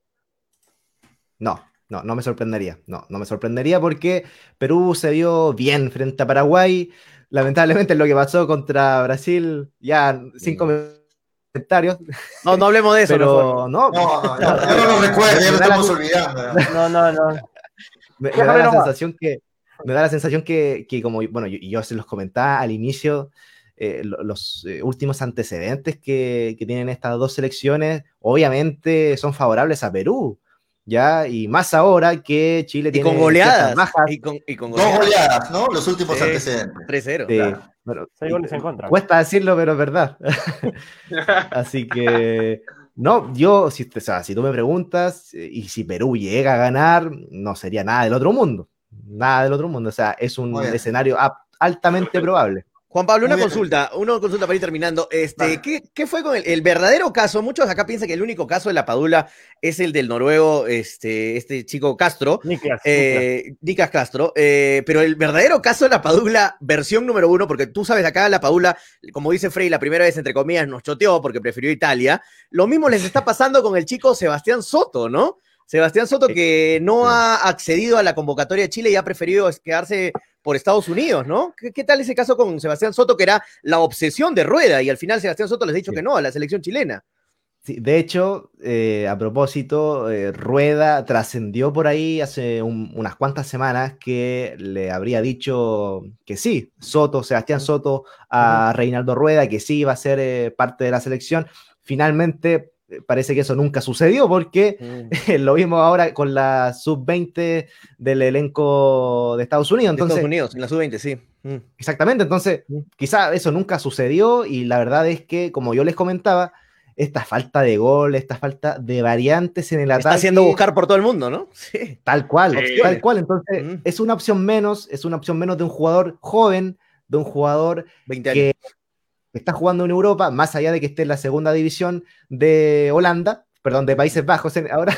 No, no, no me sorprendería. No, no me sorprendería porque Perú se vio bien frente a Paraguay. Lamentablemente lo que pasó contra Brasil, ya cinco mm. comentarios. No, no hablemos de eso. Pero no, no, no, no, no, no lo recuerdo, ya lo estamos olvidando. No, no, no. Me, me da la sensación que me da la sensación que, que como, bueno, yo, yo se los comentaba al inicio, eh, los eh, últimos antecedentes que, que tienen estas dos selecciones, obviamente son favorables a Perú, ¿ya? Y más ahora que Chile y tiene con goleadas, bajas. Y con, y con goleadas. Dos goleadas, ¿no? Los últimos sí, antecedentes. tres cero. Sí, claro. Pero, seis goles en contra. Cuesta decirlo, pero es verdad. Así que... No, yo, si, o sea, si tú me preguntas, y si Perú llega a ganar, no sería nada del otro mundo. Nada del otro mundo. O sea, es un escenario altamente probable. Juan Pablo, una consulta, una consulta para ir terminando. Este, vale. ¿qué, ¿Qué fue con el, el verdadero caso? Muchos acá piensan que el único caso de la Padula es el del noruego, este, este chico Castro, Niklas, eh, Niklas Castro, eh, pero el verdadero caso de la Padula, versión número uno, porque tú sabes, acá la Padula, como dice Frey, la primera vez, entre comillas, nos choteó porque prefirió Italia. Lo mismo les está pasando con el chico Sebastián Soto, ¿no? Sebastián Soto, que no ha accedido a la convocatoria de Chile y ha preferido quedarse por Estados Unidos, ¿no? ¿Qué, qué tal ese caso con Sebastián Soto, que era la obsesión de Rueda, y al final Sebastián Soto les ha dicho sí. que no a la selección chilena? Sí, de hecho, eh, a propósito, eh, Rueda trascendió por ahí hace un, unas cuantas semanas que le habría dicho que sí, Soto, Sebastián Soto a uh-huh. Reinaldo Rueda, que sí iba a ser eh, parte de la selección. Finalmente... Parece que eso nunca sucedió porque mm. lo vimos ahora con la sub veinte del elenco de Estados Unidos. Entonces, de Estados Unidos, en la sub veinte, sí. Mm. Exactamente, entonces mm. quizá eso nunca sucedió y la verdad es que, como yo les comentaba, esta falta de gol, esta falta de variantes en el ataque... Está haciendo buscar por todo el mundo, ¿no? Sí. Tal cual, sí. tal cual. Entonces, mm. es una opción menos, es una opción menos de un jugador joven, de un jugador veinte años. que... está jugando en Europa, más allá de que esté en la segunda división de Holanda, perdón, de Países Bajos ahora,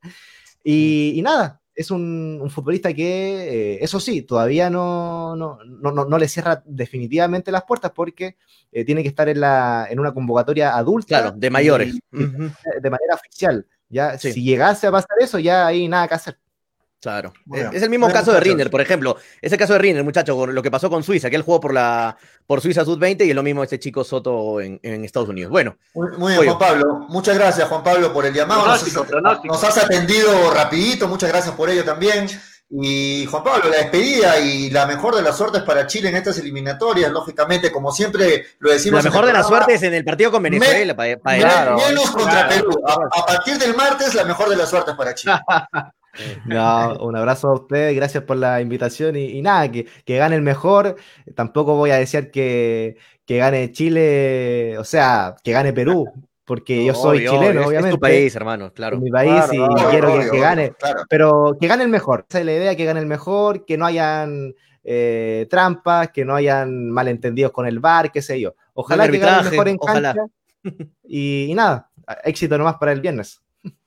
y, y nada, es un, un futbolista que, eh, eso sí, todavía no, no, no, no, no le cierra definitivamente las puertas porque eh, tiene que estar en, la, en una convocatoria adulta. Claro, de mayores. Y, uh-huh. De manera oficial. Ya, sí. Si llegase a pasar eso, ya hay nada que hacer. Claro, bueno, es el mismo bueno, caso de Rinner, por ejemplo. Es el caso de Rinner, muchacho, lo que pasó con Suiza, que él jugó por la por Suiza sub veinte y es lo mismo este chico Soto en, en Estados Unidos. Bueno. Muy, muy bien, Juan Pablo. Muchas gracias, Juan Pablo, por el llamado. Pronóstico, nos, pronóstico. nos has atendido rapidito, muchas gracias por ello también. Y Juan Pablo, la despedida y la mejor de las suertes para Chile en estas eliminatorias, lógicamente, como siempre lo decimos. La mejor de las suertes en el partido con Venezuela. Me, pa, pa, me, claro, menos contra claro. Perú. A, a partir del martes, la mejor de las suertes para Chile. No, un abrazo a ustedes, gracias por la invitación y, y nada, que, que gane el mejor. Tampoco voy a desear que, que gane Chile, o sea, que gane Perú, porque yo soy Obvio, chileno, obvio, es- obviamente. Es tu país, hermano, claro. En mi país Claro, y obvio, quiero que, obvio, que gane, obvio, claro. pero que gane el mejor. Esa es la idea, que gane el mejor, que no hayan eh, trampas, que no hayan malentendidos con el V A R, qué sé yo. Ojalá Buen que gane el arbitraje, mejor en ojalá. cancha y, y nada, éxito nomás para el viernes.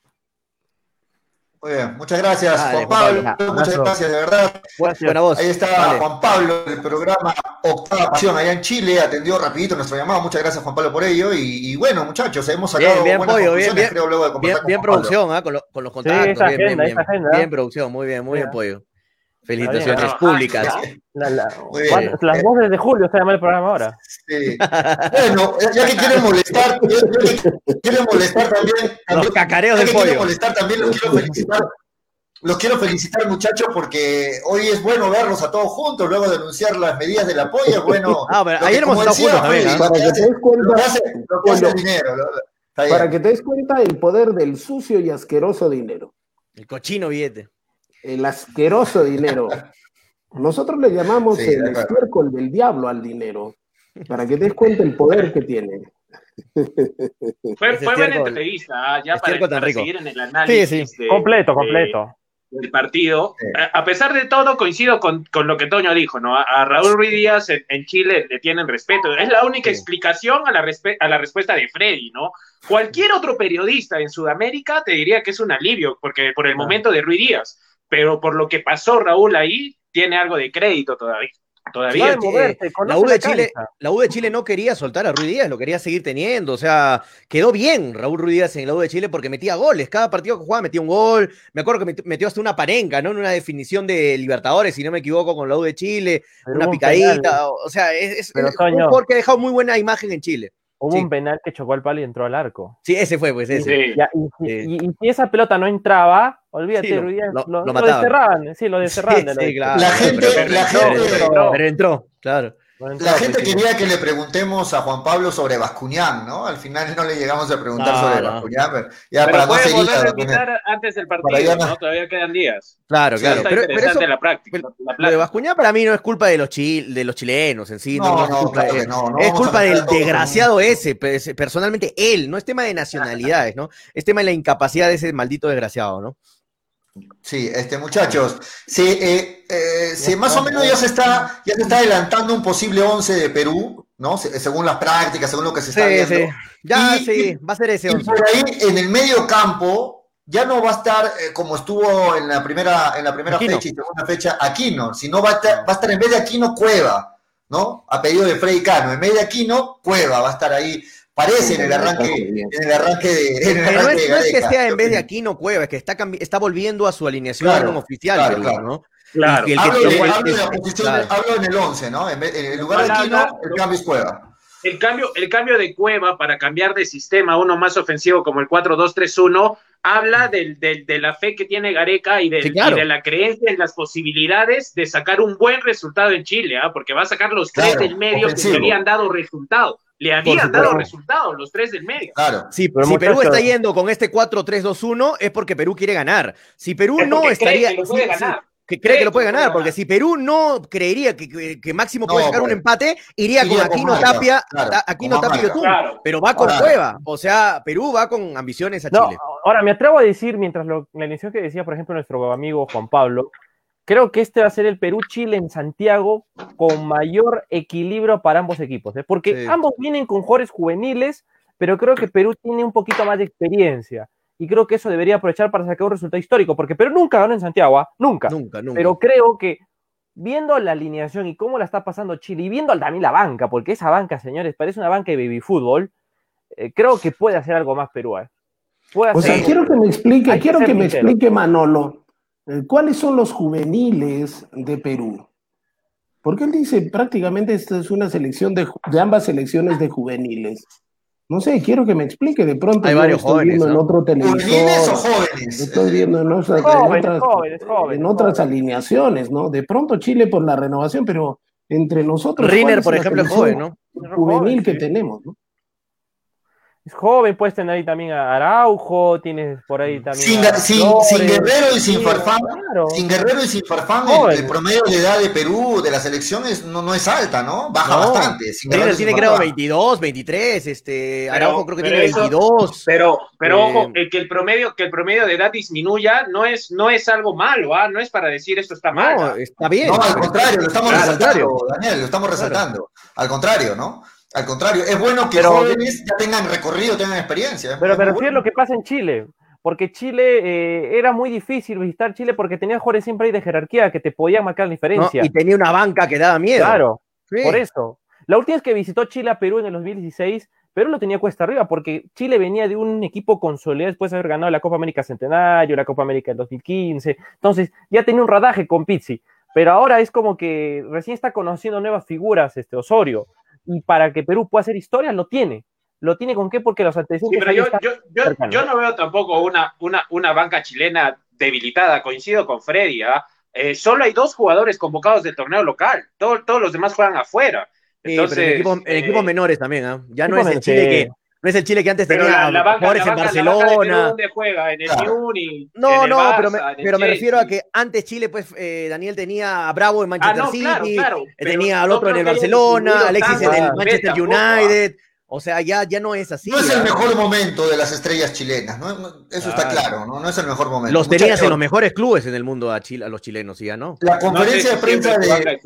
Muy bien, muchas gracias, Dale, Juan Juan Pablo. Pablo. Muchas Abrazo. gracias, de verdad. Buena voz. Ahí está Dale. Juan Pablo del programa Octava Pasión allá en Chile. Atendió rapidito nuestro llamado. Muchas gracias, Juan Pablo, por ello. Y, y bueno, muchachos, hemos sacado Bien, bien, buenas pollo, bien, conclusiones, bien, creo, luego de bien, conversar con bien Juan Pablo. producción, ¿ah? con, lo- con los contactos. esa bien, agenda, bien, esa bien. agenda. Bien producción, muy bien, muy bien, Mira. pollo. Está bien, Felicitaciones ¿no? públicas. La- la- Muy Juan- bien. las voces de Julio se llama el programa ahora. Sí. Bueno, ya que quieren molestar, ya que quieren molestar también, Los también cacareos ya del que quieren pollo. molestar también los quiero felicitar. Los quiero felicitar, muchachos, porque hoy es bueno verlos a todos juntos, luego de anunciar las medidas del apoyo. Bueno, Ah, pero lo ayer que, hemos como estado juntos decía, también, Freddy, ¿ah? lo Para que que hace, te des cuenta, lo que hace, lo que hace el Pollo, dinero. lo- está bien. para que te des cuenta el poder del sucio y asqueroso dinero. El cochino billete. El asqueroso dinero. Nosotros le llamamos Sí, de el acuerdo. estiércol del diablo al dinero, para que te des cuenta el poder que tiene. Fue, Ese fue buena estiércol- entrevista, ah, ya para, estiércol tan para rico. seguir en el análisis Sí, sí. de- Completo, de- completo. del partido. Sí. A, a pesar de todo, coincido con, con lo que Toño dijo, ¿no? A, a Raúl Ruiz Díaz en, en Chile le tienen respeto. Es la única Sí. explicación a la, respe- a la respuesta de Freddy, ¿no? Cualquier otro periodista en Sudamérica te diría que es un alivio, porque por el Ah. momento de Ruiz Díaz, pero por lo que pasó Raúl ahí, tiene algo de crédito todavía. Todavía. Sabe moverse, la conoce U de la Chile, cancha. la U de Chile no quería soltar a Ruiz Díaz, lo quería seguir teniendo, o sea, quedó bien Raúl Ruiz Díaz en la U de Chile porque metía goles, cada partido que jugaba metía un gol, me acuerdo que met- metió hasta una parenca, ¿no? En una definición de Libertadores, si no me equivoco, con la U de Chile, Pero una hubo un picadita, penal. o sea, es, es- Pero, es un Toño, jugador que ha dejado muy buena imagen en Chile. hubo Sí. un penal que chocó al palo y entró al arco. Sí, ese fue, pues, ese. Sí. Ya, y, si- Sí. y- y si esa pelota no entraba, olvídate, Sí, lo- Ruiz Díaz, lo- lo, lo lo mataban. desterraban, sí, lo desterraban. Sí, de lo sí, de- claro. La pero- gente, pero- la pero- gente, pero- entró. pero entró, claro. no entró, la gente pues, sí. quería que le preguntemos a Juan Pablo sobre Bascuñán, ¿no? Al final no le llegamos a preguntar No, sobre no. Bascuñán, pero ya Pero para no puede seguir. volver a con él. invitar antes del Para partido, ya no- ¿no? Todavía quedan días. Claro, Sí, claro. Está Pero, pero interesante eso, la práctica. pero la lo de plática. Bascuñán para mí no es culpa de los, chil- de los chilenos en sí, no, No, no es no, culpa, claro eh, que no, no es vamos a culpa meter del a todos en un- desgraciado ese, pues, personalmente él, no es tema de nacionalidades, ¿no? Es tema de la incapacidad de ese maldito desgraciado, ¿no? Sí, este, muchachos, sí, eh, eh, sí, más o menos ya se está, ya se está adelantando un posible once de Perú, ¿no? Se- según las prácticas, según lo que se está Sí, viendo. sí. Ya, Y- sí, va a ser ese Y once. por ahí, en el medio campo, ya no va a estar eh, como estuvo en la primera, en la primera Aquino. fecha y segunda fecha Aquino, sino va a, estar, va a estar en vez de Aquino Cueva, ¿no? A pedido de Freddy Cano, en vez de Aquino Cueva va a estar ahí, parece en el arranque, en el arranque de, en el Pero no arranque es, de no es que Gareca. sea en vez de Aquino Cueva, es que está, cambi- está volviendo a su alineación Claro, oficial, claro, Perú, claro. ¿no? Claro. Y el que- Hablo, de, el- hablo de la el- posición, claro. hablo en el once, ¿no? En, vez- en el lugar de Aquino, el cambio es Cueva. El cambio, el cambio de Cueva para cambiar de sistema a uno más ofensivo como el cuatro dos tres uno habla del, del- de la fe que tiene Gareca y, del- Sí, claro. y de la creencia en las posibilidades de sacar un buen resultado en Chile, ¿ah? Porque va a sacar los tres Claro, del medio ofensivo. que le habían dado resultado. Le habían supuesto. dado resultados los tres del medio. Claro. Si, Pero, si Perú muchachos- está yendo con este cuatro tres dos uno es porque Perú quiere ganar. Si Perú Es no porque cree estaría... que lo puede sí, sí, ganar. que cree que lo puede ganar, porque si Perú no creería que, que, que Máximo puede No, sacar un pues. empate, iría, Iría con con Aquino marca, Tapia, claro, Ta- Aquino con más Tapia y marca. Yotun, Claro. pero va con Claro. Cueva. O sea, Perú va con ambiciones a No, Chile. ahora me atrevo a decir, mientras lo, la inicio que decía, por ejemplo, nuestro amigo Juan Pablo, creo que este va a ser el Perú-Chile en Santiago con mayor equilibrio para ambos equipos, ¿eh? Porque Sí. ambos vienen con jugadores juveniles, pero creo que Perú tiene un poquito más de experiencia y creo que eso debería aprovechar para sacar un resultado histórico, porque Perú nunca ganó en Santiago, ¿ah? nunca, Nunca, nunca. pero creo que viendo la alineación y cómo la está pasando Chile y viendo también la banca, porque esa banca, señores, parece una banca de baby fútbol, eh, creo que puede hacer algo más Perú, ¿eh? Puede O hacer sea, algo. quiero que me explique, Hay que quiero ser que me sincero. explique Manolo, eh, ¿cuáles son los juveniles de Perú? Porque él dice prácticamente esta es una selección de, ju- de ambas selecciones de juveniles. No sé, quiero que me explique. De pronto Hay yo varios estoy jóvenes, viendo en ¿no? otro ¿Juveniles o televisor, jóvenes? estoy viendo en, otras- en Jóvenes, otras, jóvenes, jóvenes, en otras jóvenes. alineaciones, ¿no? De pronto Chile por la renovación, pero entre nosotros. ¿cuál Rinner, es por la ejemplo, es selección joven, ¿no? juvenil Joven, que sí. tenemos, ¿no? es joven, puedes tener ahí también a Araujo, tienes por ahí también sin, a sin, Flores, sin Guerrero y sin sí, Farfán, claro. sin Guerrero y sin Farfán, el, el promedio de edad de Perú, de las elecciones, no, no es alta, ¿no? Baja no. bastante. Sin River tiene creo veintidós, veintitrés, este, pero, Araujo creo que tiene eso, veintidós. Pero, pero eh, ojo, el que el promedio, que el promedio de edad disminuya no es, no es algo malo, ¿ah? No es para decir esto está mal. No, está bien. No, al contrario, lo estamos claro, resaltando, Daniel, lo estamos resaltando. Claro. Al contrario, ¿no? Al contrario, es bueno que pero, jóvenes ya tengan recorrido, tengan experiencia. Pero me refiero a lo que pasa en Chile, porque Chile eh, era muy difícil visitar Chile porque tenía jugadores siempre ahí de jerarquía que te podían marcar la diferencia. No, y tenía una banca que daba miedo. Claro, sí. Por eso. La última vez que visitó Chile a Perú en el dos mil dieciséis, Perú lo tenía cuesta arriba porque Chile venía de un equipo consolidado después de haber ganado la Copa América Centenario, la Copa América del dos mil quince, entonces ya tenía un rodaje con Pizzi, pero ahora es como que recién está conociendo nuevas figuras, este Osorio, y para que Perú pueda hacer historia, lo tiene. ¿Lo tiene con qué? Porque los antecedentes... Sí, pero yo, yo, yo, yo no veo tampoco una, una, una banca chilena debilitada, coincido con Freddy, ¿eh? Eh, solo hay dos jugadores convocados del torneo local, Todo, todos los demás juegan afuera. Entonces, sí, pero en, equipos, en eh, equipos menores también, ¿eh? Ya no es el Chile que... No es el Chile que antes tenía la, la banca, jugadores la en banca, Barcelona. La banca de Perú, ¿dónde juega? En el claro. Muni, No, en el no, Barça, pero me, pero me refiero a que Chelsea. antes Chile, pues, eh, Daniel tenía a Bravo en Manchester ah, no, City, claro, claro, tenía al otro en el Barcelona, Alexis en el Manchester tampoco, United. O sea, ya, ya no es así. No es ¿verdad? el mejor momento de las estrellas chilenas, ¿no? Eso claro. está claro, ¿no? No es el mejor momento. Los tenías en los mejores clubes en el mundo a, Chile, a los chilenos, ¿sí? ¿No? La conferencia no sé si de prensa de...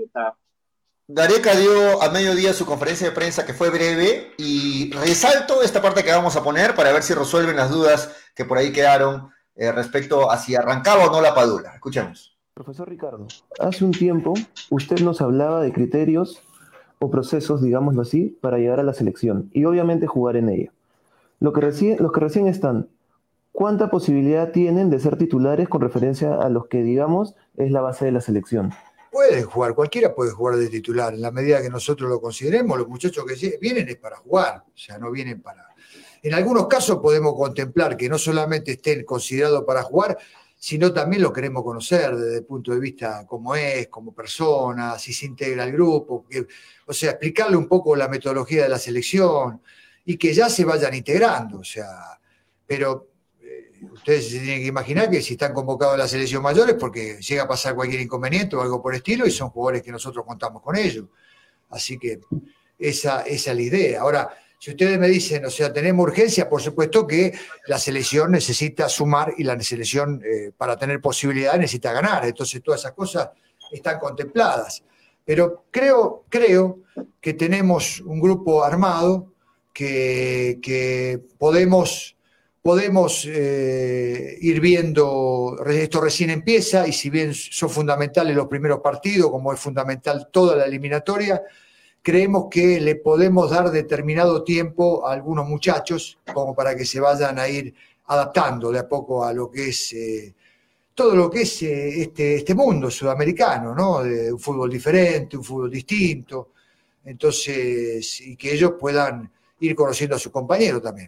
Gareca dio a mediodía su conferencia de prensa que fue breve y resalto esta parte que vamos a poner para ver si resuelven las dudas que por ahí quedaron eh, respecto a si arrancaba o no la Padula. Escuchemos. Profesor Ricardo, hace un tiempo usted nos hablaba de criterios o procesos, digámoslo así, para llegar a la selección y obviamente jugar en ella. Lo que recién, los que recién están, ¿cuánta posibilidad tienen de ser titulares con referencia a los que, digamos, es la base de la selección? Pueden jugar, cualquiera puede jugar de titular, en la medida que nosotros lo consideremos. Los muchachos que vienen es para jugar, o sea, no vienen para... En algunos casos podemos contemplar que no solamente estén considerados para jugar, sino también lo queremos conocer desde el punto de vista cómo es, como persona, si se integra al grupo, que, o sea, explicarle un poco la metodología de la selección y que ya se vayan integrando, o sea, pero... Ustedes se tienen que imaginar que si están convocados a la selección mayor es porque llega a pasar cualquier inconveniente o algo por el estilo y son jugadores que nosotros contamos con ellos. Así que esa, esa es la idea. Ahora, si ustedes me dicen, o sea, tenemos urgencia, por supuesto que la selección necesita sumar y la selección eh, para tener posibilidad necesita ganar. Entonces todas esas cosas están contempladas. Pero creo, creo que tenemos un grupo armado que, que podemos... Podemos eh, ir viendo, esto recién empieza y si bien son fundamentales los primeros partidos, como es fundamental toda la eliminatoria, creemos que le podemos dar determinado tiempo a algunos muchachos como para que se vayan a ir adaptando de a poco a lo que es eh, todo lo que es eh, este, este mundo sudamericano, ¿no? De un fútbol diferente, un fútbol distinto, entonces, y que ellos puedan ir conociendo a sus compañeros también.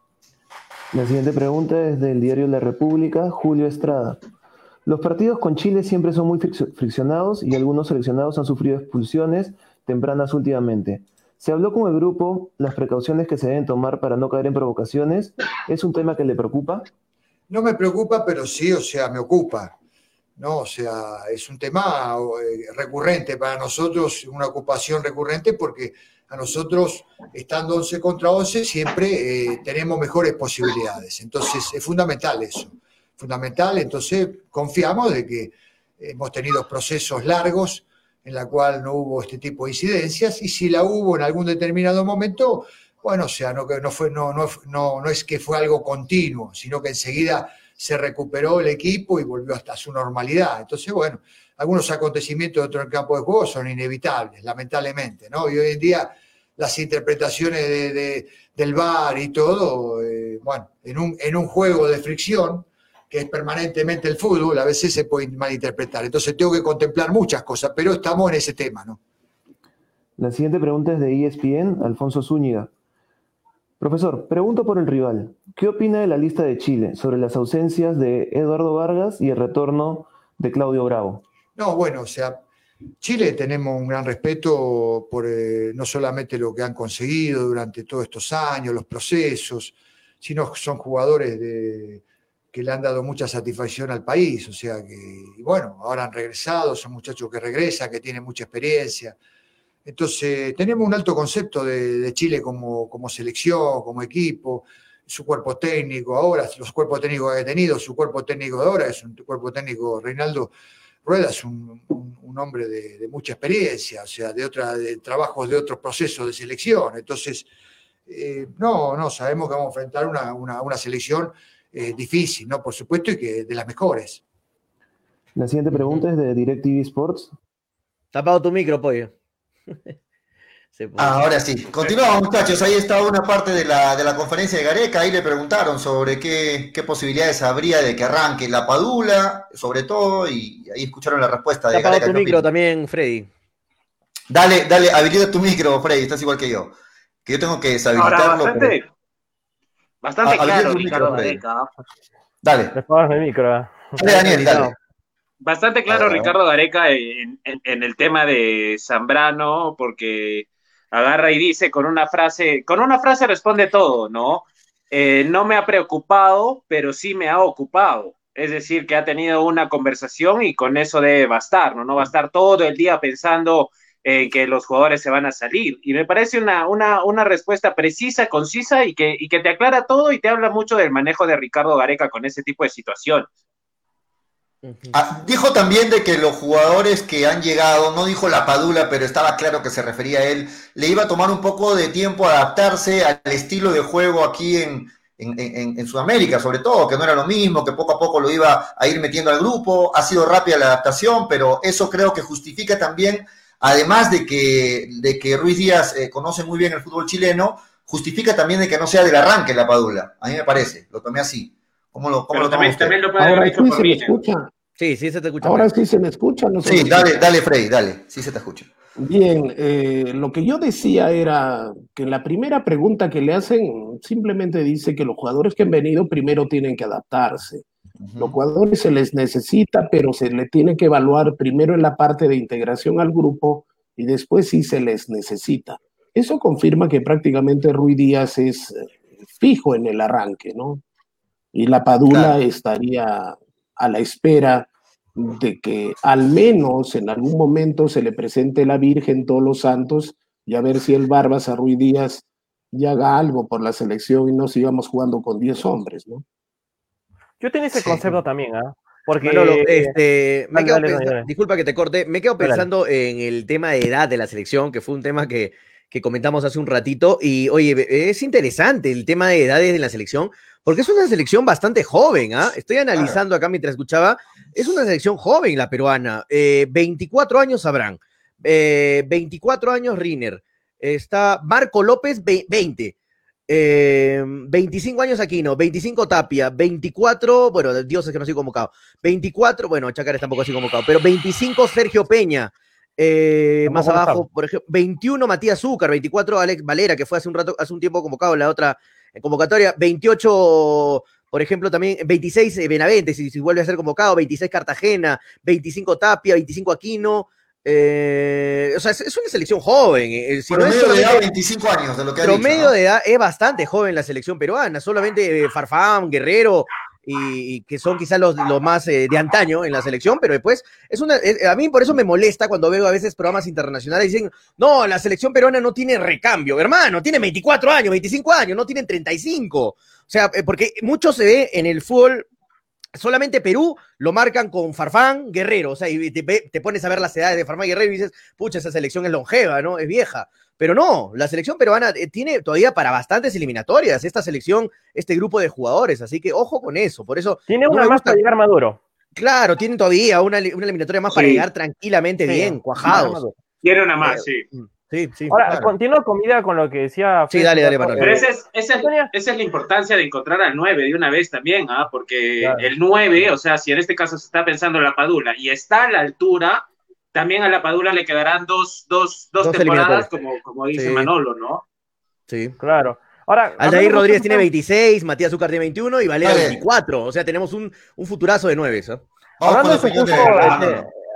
La siguiente pregunta es del diario La República, Julio Estrada. Los partidos con Chile siempre son muy friccionados y algunos seleccionados han sufrido expulsiones tempranas últimamente. ¿Se habló con el grupo las precauciones que se deben tomar para no caer en provocaciones? ¿Es un tema que le preocupa? No me preocupa, pero sí, o sea, me ocupa. ¿No? O sea, es un tema recurrente para nosotros, una ocupación recurrente porque a nosotros, estando once contra once, siempre eh, tenemos mejores posibilidades. Entonces, es fundamental eso. Fundamental, entonces confiamos de que hemos tenido procesos largos en la cual no hubo este tipo de incidencias y si la hubo en algún determinado momento, bueno, o sea, no, no, fue, no, no, no, no es que fue algo continuo, sino que enseguida se recuperó el equipo y volvió hasta su normalidad. Entonces, bueno, algunos acontecimientos dentro del campo de juego son inevitables, lamentablemente, ¿no? Y hoy en día las interpretaciones de, de, del V A R y todo, eh, bueno, en un, en un juego de fricción, que es permanentemente el fútbol, a veces se puede malinterpretar. Entonces tengo que contemplar muchas cosas, pero estamos en ese tema, ¿no? La siguiente pregunta es de E S P N, Alfonso Zúñiga. Profesor, pregunto por el rival. ¿Qué opina de la lista de Chile sobre las ausencias de Eduardo Vargas y el retorno de Claudio Bravo? No, bueno, o sea, Chile tenemos un gran respeto por eh, no solamente lo que han conseguido durante todos estos años, los procesos, sino son jugadores de, que le han dado mucha satisfacción al país. O sea que, y bueno, ahora han regresado, son muchachos que regresan, que tienen mucha experiencia. Entonces, tenemos un alto concepto de, de Chile como, como selección, como equipo, su cuerpo técnico ahora, los cuerpos técnicos que ha tenido, su cuerpo técnico de ahora es un cuerpo técnico, Reinaldo Rueda es un, un, un hombre de, de mucha experiencia, o sea, de, otra, de trabajos de otros procesos de selección. Entonces, eh, no, no, sabemos que vamos a enfrentar una, una, una selección eh, difícil, ¿no? Por supuesto, y que de las mejores. La siguiente pregunta es de DirecTV Sports. Tapado tu micro, pollo. Ah, ahora sí. Continuamos, muchachos. Ahí está una parte de la, de la conferencia de Gareca. Ahí le preguntaron sobre qué, qué posibilidades habría de que arranque la Padula, sobre todo, y ahí escucharon la respuesta de Tapado Gareca. tu micro también, Freddy. Dale, dale, habilita tu micro, Freddy. Estás igual que yo. Que yo tengo que deshabilitarlo. Ahora, bastante, pero... bastante ah, claro, micro, Ricardo Freddy. Gareca. Dale. Dale, micro. Dale, Daniel, dale. Bastante claro, Ah, Ricardo Gareca, en, en, en el tema de Zambrano, porque agarra y dice con una frase, con una frase responde todo, ¿no? Eh, no me ha preocupado, pero sí me ha ocupado. Es decir, que ha tenido una conversación y con eso debe bastar, ¿no? No va a estar todo el día pensando en que los jugadores se van a salir. Y me parece una, una, una respuesta precisa, concisa y que, y que te aclara todo y te habla mucho del manejo de Ricardo Gareca con ese tipo de situaciones. Ah, dijo también de que los jugadores que han llegado, no dijo la Padula, pero estaba claro que se refería a él, le iba a tomar un poco de tiempo adaptarse al estilo de juego aquí en, en, en, en Sudamérica, sobre todo, que no era lo mismo, que poco a poco lo iba a ir metiendo al grupo. Ha sido rápida la adaptación, pero eso creo que justifica también, además de que, de que Ruiz Díaz eh, conoce muy bien el fútbol chileno, justifica también de que no sea del arranque la Padula. A mí me parece, lo tomé así. ¿Cómo lo, cómo lo también, usted? también lo puede Ahora haber hecho sí por se me mí. escucha. Sí, sí se te escucha. Ahora Freddy. sí se me escucha. No se Sí, me dale, escucha. dale, Freddy, dale. Sí se te escucha. Bien, eh, lo que yo decía era que la primera pregunta que le hacen simplemente dice que los jugadores que han venido primero tienen que adaptarse. Uh-huh. Los jugadores se les necesita, pero se les tiene que evaluar primero en la parte de integración al grupo y después sí se les necesita. Eso confirma que prácticamente Ruiz Díaz es fijo en el arranque, ¿no? Y la Padula claro. estaría a la espera de que al menos en algún momento se le presente la Virgen todos los santos y a ver si el Barbas a Ruiz Díaz ya haga algo por la selección y no sigamos jugando con diez hombres, ¿no? Yo tenía ese sí. concepto también, ¿ah? ¿eh? Porque Manolo, este, me dale, quedo dale, pensando, dale. disculpa que te corte, me quedo pensando dale. en el tema de edad de la selección, que fue un tema que, que comentamos hace un ratito, y oye, es interesante el tema de edades de la selección, porque es una selección bastante joven, ¿ah? ¿eh? Estoy analizando acá mientras escuchaba, es una selección joven la peruana, eh, veinticuatro años Abraham, eh, veinticuatro años Riner, está Marco López, veinte, eh, veinticinco años Aquino, veinticinco Tapia, veinticuatro, bueno, Dios es que no soy convocado, veinticuatro, bueno, Chacares tampoco así convocado, pero veinticinco Sergio Peña, eh, más abajo, está? Por ejemplo, veintiuno Matías Zúcar, veinticuatro Alex Valera, que fue hace un rato, hace un tiempo convocado en la otra convocatoria, veintiocho, por ejemplo, también veintiséis eh, Benavente, si, si vuelve a ser convocado, veintiséis Cartagena, veinticinco Tapia, veinticinco Aquino. Eh, o sea, es, es una selección joven. Eh, si promedio no es de edad, veinticinco años, de lo que ha promedio dicho, ¿no? de edad es bastante joven la selección peruana, solamente eh, Farfán, Guerrero, y, y que son quizás los, los más eh, de antaño en la selección, pero después es una, es, a mí por eso me molesta cuando veo a veces programas internacionales y dicen, no, la selección peruana no tiene recambio, hermano, tiene veinticuatro años, veinticinco años, no tienen treinta y cinco, o sea, eh, porque mucho se ve en el fútbol. Solamente Perú lo marcan con Farfán, Guerrero, o sea, y te, te pones a ver las edades de Farfán y Guerrero y dices, pucha, esa selección es longeva, ¿no? Es vieja. Pero no, la selección peruana tiene todavía para bastantes eliminatorias, esta selección, este grupo de jugadores, así que ojo con eso, por eso... Tiene no una más para llegar Maduro. Claro, tienen todavía una, una eliminatoria más sí. para llegar tranquilamente sí. bien, cuajados. Tiene una más, eh, sí. Sí, sí. Ahora, claro. continúo con vida con lo que decía... Sí, dale, dale, Manuel. Pero esa es, esa, es, esa es la importancia de encontrar al nueve de una vez también, ¿ah? Porque claro. el nueve, o sea, si en este caso se está pensando en la Padula y está a la altura, también a la Padula le quedarán dos, dos, dos, dos temporadas, como, como dice sí. Manolo, ¿no? Sí. Claro. Ahora, Aldair Rodríguez tiene veintiséis, Matías Zúcar tiene veintiuno y Valera veinticuatro. O sea, tenemos un, un futurazo de nueve, ¿eh? Hablando de su curso, este,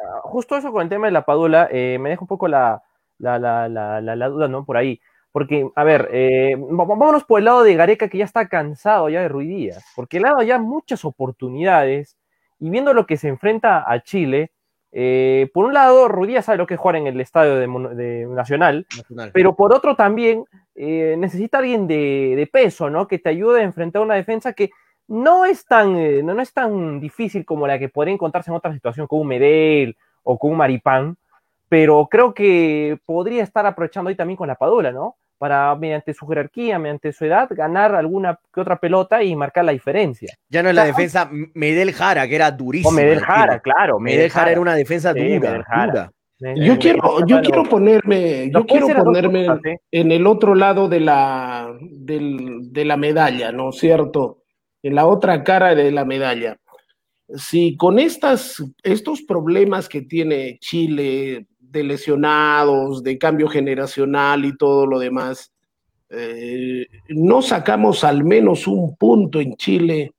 justo eso con el tema de la Padula, eh, me deja un poco la, la, la, la, la, la duda, ¿no? Por ahí. Porque, a ver, eh, vámonos por el lado de Gareca, que ya está cansado ya de Ruiz Díaz, porque le ha dado ya muchas oportunidades, y viendo lo que se enfrenta a Chile, eh, por un lado, Ruiz Díaz sabe lo que es jugar en el estadio de, de Nacional, Nacional, pero por otro también eh, necesita alguien de, de peso, ¿no? Que te ayude a enfrentar una defensa que no es tan, eh, no, no es tan difícil como la que podría encontrarse en otra situación con un Medel o con un Maripán, pero creo que podría estar aprovechando ahí también con la Padula, ¿no? Para, mediante su jerarquía, mediante su edad, ganar alguna que otra pelota y marcar la diferencia. Ya no es la defensa Medel Jara, que era durísima. O Medel Jara, claro. Medel, Medel Jara era una defensa sí, dura, dura. Yo quiero, yo quiero ponerme, yo quiero ponerme cosas, ¿sí? en el otro lado de la, del, de la medalla, ¿no es cierto? En la otra cara de la medalla. Si con estas, estos problemas que tiene Chile, de lesionados, de cambio generacional y todo lo demás, eh, no sacamos al menos un punto en Chile,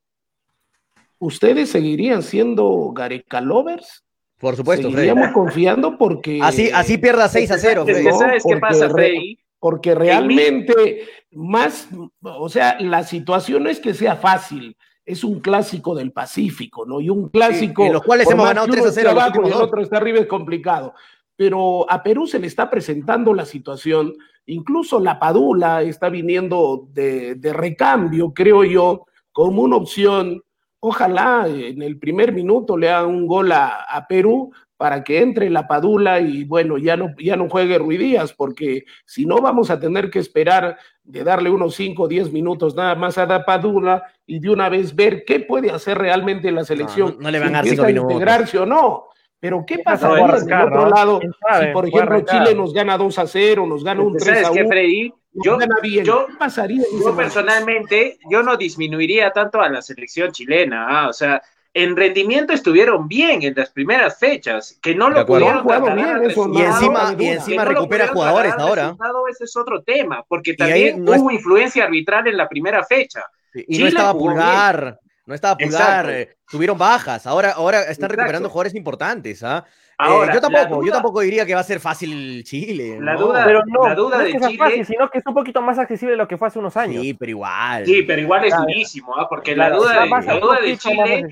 ¿ustedes seguirían siendo Gareca lovers? Por supuesto, seguiríamos Freddy. Confiando porque... Así, así pierda seis a cero, Freddy. ¿No? ¿Sabes qué pasa, Freddy? Porque realmente más, o sea, la situación no es que sea fácil, es un clásico del Pacífico, ¿no? Y un clásico... Sí, en los cuales hemos ganado tres a cero. Abajo y el otro está arriba, es complicado. Pero a Perú se le está presentando la situación, incluso la Padula está viniendo de, de recambio, creo yo, como una opción. Ojalá en el primer minuto le hagan un gol a, a Perú para que entre la Padula y bueno, ya no, ya no juegue Ruiz Díaz, porque si no vamos a tener que esperar de darle unos cinco o diez minutos nada más a la Padula y de una vez ver qué puede hacer realmente la selección. No, no, no le van a dar si cinco minutos. integrarse o no. Pero ¿qué pasaría en el otro lado si, por ejemplo, Chile nos gana dos a cero, nos gana un tres a uno? ¿Sabes qué, Freddy? Yo, yo, ¿Qué pasaría yo personalmente, yo no disminuiría tanto a la selección chilena. ¿ah? O sea, en rendimiento estuvieron bien en las primeras fechas, que no lo pudieron trasladar bien, eso, y encima, y encima no recupera jugadores ahora. Ese es otro tema, porque también no hubo es... influencia arbitral en la primera fecha. Y Chile no estaba Pulgar. Bien. No estaba Pulgar, eh, tuvieron bajas, ahora, ahora están Exacto. recuperando jugadores importantes. ¿ah? Ahora, eh, yo, tampoco, duda, yo tampoco diría que va a ser fácil Chile. La ¿no? duda, pero no, la duda no de es que Chile. Sea fácil, sino que es un poquito más accesible de lo que fue hace unos años. Sí, pero igual. Sí, pero igual es durísimo, ¿ah? porque claro, la duda, de, la duda de Chile.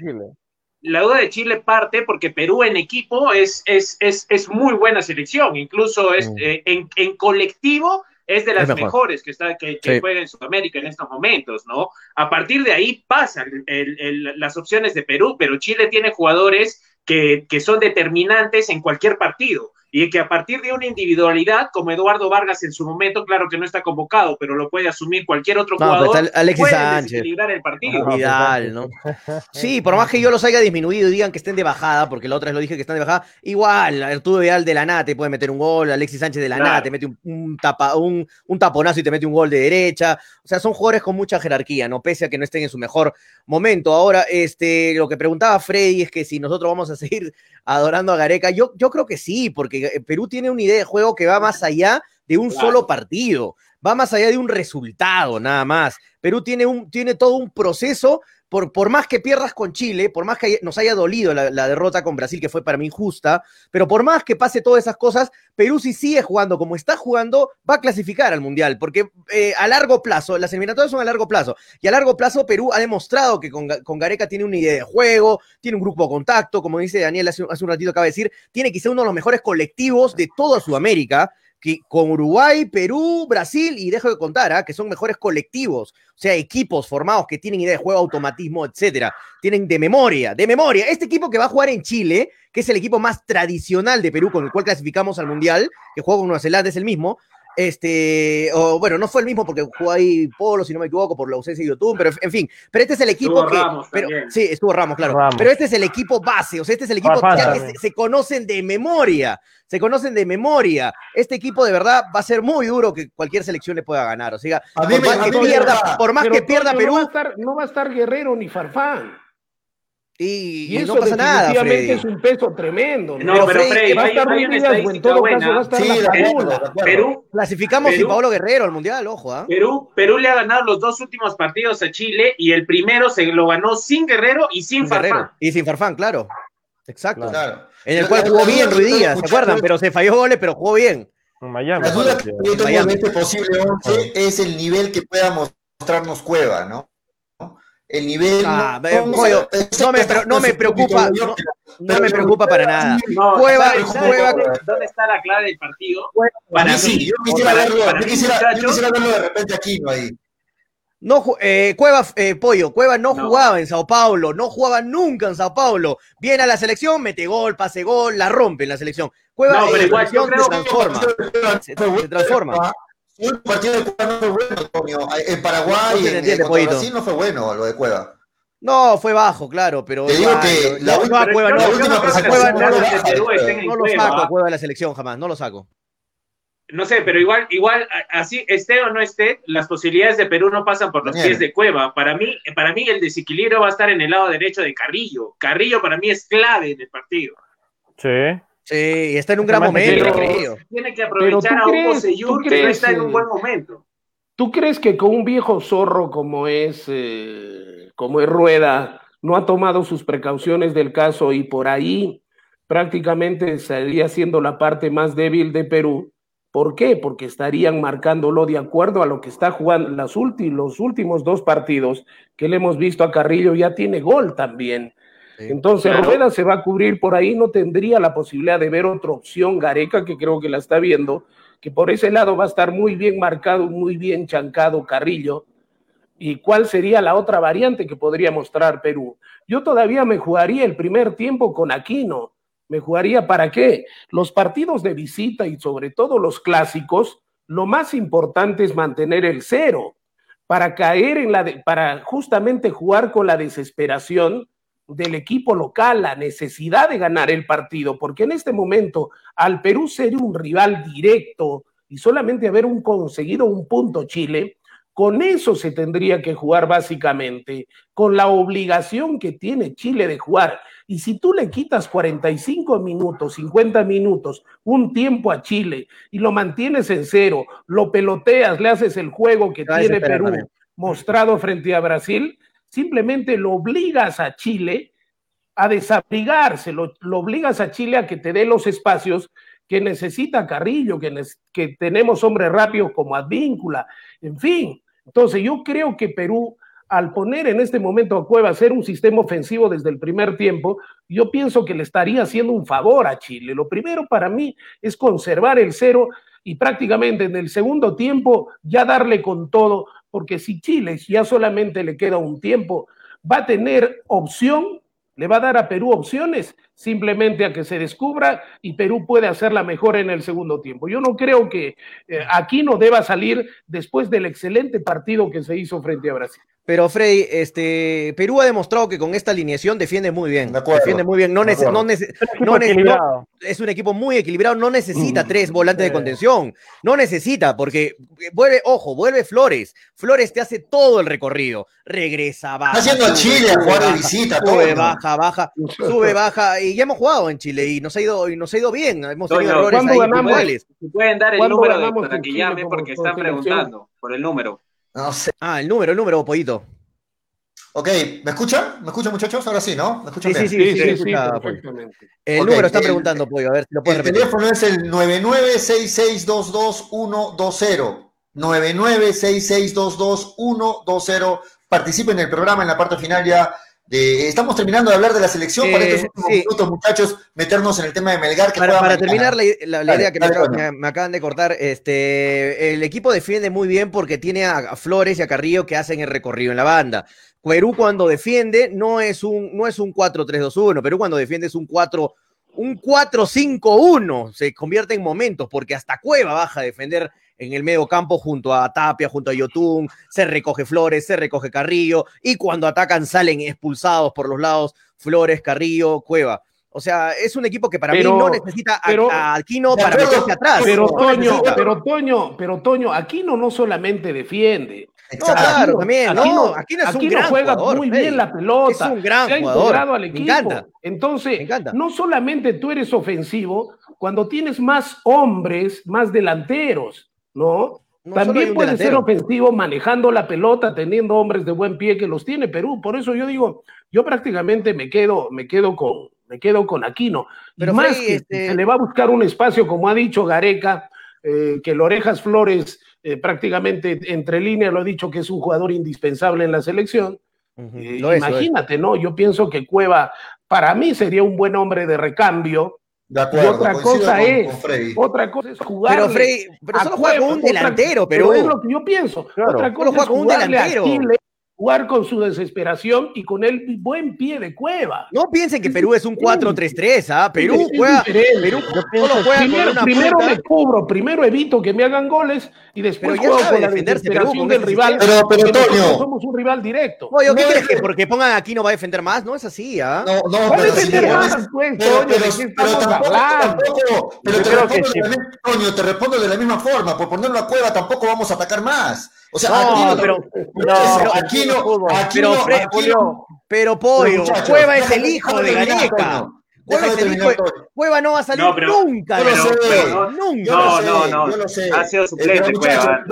La duda de Chile parte porque Perú en equipo es, es, es, es muy buena selección, incluso es, mm. eh, en, en colectivo es de las es mejores que, está, que, que sí. juega en Sudamérica en estos momentos, ¿no? A partir de ahí pasan el, el, las opciones de Perú, pero Chile tiene jugadores que, que son determinantes en cualquier partido y que a partir de una individualidad, como Eduardo Vargas en su momento, claro que no está convocado, pero lo puede asumir cualquier otro no, jugador, Alexis puede Sánchez. desequilibrar el partido. No, Vidal, ¿no? Sí, por más que yo los haya disminuido y digan que estén de bajada, porque la otra vez lo dije que están de bajada, igual, Arturo Vidal de la nada te puede meter un gol, Alexis Sánchez de la claro. nada te mete un, un, tapa, un, un taponazo y te mete un gol de derecha, o sea, son jugadores con mucha jerarquía, ¿no? Pese a que no estén en su mejor momento. Ahora, este, lo que preguntaba Freddy es que si nosotros vamos a seguir adorando a Gareca, yo, yo creo que sí, porque Perú tiene una idea de juego que va más allá de un claro. solo partido, va más allá de un resultado, nada más. Perú tiene, un, tiene todo un proceso, por, por más que pierdas con Chile, por más que nos haya dolido la, la derrota con Brasil, que fue para mí injusta, pero por más que pase todas esas cosas, Perú si sigue jugando como está jugando, va a clasificar al Mundial, porque eh, a largo plazo, las eliminatorias son a largo plazo, y a largo plazo Perú ha demostrado que con, con Gareca tiene una idea de juego, tiene un grupo de contacto, como dice Daniel hace, hace un ratito acaba de decir, tiene quizá uno de los mejores colectivos de toda Sudamérica, que con Uruguay, Perú, Brasil, y dejo de contar, ¿eh? que son mejores colectivos, o sea, equipos formados que tienen idea de juego, automatismo, etcétera, tienen de memoria, de memoria, este equipo que va a jugar en Chile, que es el equipo más tradicional de Perú, con el cual clasificamos al Mundial, que juega con Nueva Zelanda, es el mismo, este, o bueno, no fue el mismo porque jugó ahí Polo, si no me equivoco, por la ausencia de YouTube, pero en fin, pero este es el equipo estuvo que, Ramos pero, también. sí, estuvo Ramos, claro, Ramos. pero este es el equipo base, o sea, este es el equipo ya que se, se conocen de memoria, se conocen de memoria, este equipo de verdad va a ser muy duro que cualquier selección le pueda ganar, o sea, por dime, más que pierda, por más que pierda Perú, no va a estar, no va a estar Guerrero ni Farfán. Y, y, y eso no pasa nada, Freddy. Es un peso tremendo. No, no pero Freddy, va a estar hay, hay una estadística buena. Sí, Perú, Perú, clasificamos Perú, sin Paolo Guerrero al Mundial, ojo. ¿eh? Perú, Perú le ha ganado los dos últimos partidos a Chile y el primero se lo ganó sin Guerrero y sin, sin Farfán. Guerrero. Y sin Farfán, claro. Exacto. Claro. En el cual jugó bien Ruiz Díaz, ¿se acuerdan? Pero Pero se falló goles, pero jugó bien. En Miami. la duda que yo tengo en este posible once es el nivel que pueda mostrarnos Cueva, ¿no? El nivel. Ah, no, eh, no, pollo, sé, no me, pero no me preocupa, no, no me pero- preocupa para nada. No, Cueva, ¿sabes- sabes Cueva- dónde, dónde está la clave del partido? Para Para mí sí, mí, yo quisiera para- verlo, para yo mí, quisiera, yo muchachos, quisiera verlo de repente aquí, ¿no? Ahí. No, ju- eh, Cueva, eh, Pollo, Cueva no, No. jugaba en Sao Paulo, no jugaba nunca en Sao Paulo. Viene a la selección, mete gol, pase gol, la rompe en la selección. Cueva No, en pero la igual, selección yo creo se que- transforma. Se, se transforma. Un partido de Cueva no fue bueno, Antonio. En Paraguay, No se te en, entiende, contra Pollito. Brasil no fue bueno lo de Cueva. No, fue bajo, claro, pero Te digo igual, que no, la no, última- a Cueva Pero no, yo- la yo última no creo que a Cueva las no, jugadas no de baja, Perú eh. estén en no lo Cueva. saco a Cueva de la selección jamás, no lo saco. No sé, pero igual, igual, a- así esté o no esté, las posibilidades de Perú no pasan por los Daniel. pies de Cueva. Para mí, para mí el desequilibrio va a estar en el lado derecho de Carrillo. Carrillo para mí es clave en el partido. Sí. Sí, y está en un Pero- gran momento, pero- Carrillo. Tiene que aprovechar Pero tú a Hugo crees- Seyur, tú que no crees, está en un eh, buen momento. ¿Tú crees que con un viejo zorro como es, eh, como es Rueda, no ha tomado sus precauciones del caso y por ahí prácticamente estaría siendo la parte más débil de Perú? ¿Por qué? Porque estarían marcándolo de acuerdo a lo que está jugando las últimos, los últimos dos partidos que le hemos visto a Carrillo, ya tiene gol también. Sí. Entonces Claro. Rueda se va a cubrir por ahí, no tendría la posibilidad de ver otra opción. Gareca, que creo que la está viendo, que por ese lado va a estar muy bien marcado, muy bien chancado Carrillo. ¿Y cuál sería la otra variante que podría mostrar Perú? Yo todavía me jugaría el primer tiempo con Aquino. ¿Me jugaría para qué? Los partidos de visita y sobre todo los clásicos, lo más importante es mantener el cero para caer en la, de, para justamente jugar con la desesperación del equipo local, la necesidad de ganar el partido, porque en este momento al Perú ser un rival directo y solamente haber un, conseguido un punto Chile, con eso se tendría que jugar básicamente, con la obligación que tiene Chile de jugar. Y si tú le quitas cuarenta y cinco minutos, cincuenta minutos, un tiempo a Chile y lo mantienes en cero, lo peloteas, le haces el juego que tiene Perú también mostrado frente a Brasil, simplemente lo obligas a Chile a desabrigarse, lo, lo obligas a Chile a que te dé los espacios que necesita Carrillo, que, ne que tenemos hombres rápidos como Advíncula, en fin. Entonces yo creo que Perú, al poner en este momento a Cueva a hacer un sistema ofensivo desde el primer tiempo, yo pienso que le estaría haciendo un favor a Chile. Lo primero para mí es conservar el cero y prácticamente en el segundo tiempo ya darle con todo, porque si Chile ya solamente le queda un tiempo, va a tener opción, le va a dar a Perú opciones simplemente a que se descubra y Perú puede hacerla mejor en el segundo tiempo. Yo no creo que eh, Aquino deba salir después del excelente partido que se hizo frente a Brasil. Pero Freddy, este, Perú ha demostrado que con esta alineación defiende muy bien. De acuerdo. Defiende muy bien. No, De nece acuerdo. no, nece Es no, nece equilibrado. no es un equipo muy equilibrado. No necesita Mm. tres volantes de Sí. contención. No necesita, porque vuelve, ojo, vuelve Flores. Flores te hace todo el recorrido. Regresa, baja. Está haciendo a sube, Chile a sube, jugar de baja, visita, Sube, Toño. baja, baja, sube, baja. Y ya hemos jugado en Chile y nos ha ido, y nos ha ido bien. Hemos tenido Toño, errores ¿cuándo ahí ganamos? puntuales. Si pueden dar el ¿Cuándo número de, ganamos para en que Chile llame como- porque como están selección? preguntando por el número. No sé. Ah, el número, el número, Pollito. Ok, ¿me escuchan? ¿Me escuchan, muchachos? Ahora sí, ¿no? ¿Me escuchan Sí, sí, bien? sí, sí, sí, escucha, Pollo. perfectamente. El Ok, número están el- preguntando, Pollo. A ver si lo puedes El repetir. teléfono es el nueve nueve seis seis dos dos uno dos cero. nueve nueve seis seis dos dos uno dos cero. Participen en el programa en la parte final ya. De, estamos terminando de hablar de la selección Eh, para estos últimos sí. minutos, muchachos, meternos en el tema de Melgar. Que Para, juega para mañana. terminar la, la- la Dale, idea que dale, me, acaba- Toño. me- me acaban de cortar, este, el equipo defiende muy bien porque tiene a, a Flores y a Carrillo que hacen el recorrido en la banda. Perú cuando defiende no es un, no es un cuatro tres dos uno, Perú cuando defiende es un cuatro, un cuatro cinco uno, se convierte en momentos porque hasta Cueva baja a defender en el medio campo junto a Tapia, junto a Yotun, se recoge Flores, se recoge Carrillo, y cuando atacan salen expulsados por los lados Flores, Carrillo, Cueva. O sea, es un equipo que para Pero- mí no necesita a, pero- a Aquino de para acuerdo, meterse atrás. Pero No Toño, necesita. pero Toño, pero Toño, Aquino no solamente defiende. No, Exacto. claro, también, no, Aquino, Aquino es un Aquino gran juega jugador, muy Freddy. bien la pelota. Es un gran se ha jugador. integrado al Me equipo. encanta. Entonces, Me encanta. no solamente tú eres ofensivo, cuando tienes más hombres, más delanteros, ¿no? No solo hay También un puede ser delantero. ofensivo manejando la pelota, teniendo hombres de buen pie que los tiene Perú. Por eso yo digo, yo prácticamente me quedo, me quedo con, me quedo con Aquino. Pero y más Frey, que este... se le va a buscar un espacio, como ha dicho Gareca, eh, que el Orejas Flores eh, prácticamente entre líneas lo ha dicho que es un jugador indispensable en la selección. Uh-huh. eh, lo imagínate, es, lo es. ¿no? Yo pienso que Cueva, para mí, sería un buen hombre de recambio. De acuerdo, y otra cosa con, es, con Frey. Otra cosa es jugar. Pero Frey, pero solo juega con un delantero, pero Perú. es lo que yo pienso. Claro, otra cosa juega es con un delantero. Chile, jugar con su desesperación y con el buen pie de Cueva. No piensen que Perú es un cuatro tres tres, ¿ah? Perú es juega, Perú solo juega primero, con una primero punta. me cubro, primero evito que me hagan goles y después pero juego con la desesperación del rival. Pero, pero Toño, somos un rival directo. Oye, ¿qué no crees es... que porque pongan aquí no va a defender más? No es así, ¿ah? No, no, va pero a defender sí, más, es... pues, pero, Toño, pero, ¿de qué pero estamos tampoco, hablando? tampoco, pero yo te creo respondo, que de sí. la, Toño, te respondo de la misma forma, por ponerlo a Cueva tampoco vamos a atacar más. O sea, no, aquí no, pero, no, pero aquí no, aquí pero, no, Fred, aquí no. Pero Pollo, pero Cueva es déjame, el hijo de Gareca. Cueva, es el hijo de... Cueva no va a salir no, pero, nunca. Yo lo sé, pero no, nunca. No, Yo no, sé, no, yo lo sé. Ha sido suplente, eh, muchachos, Cueva.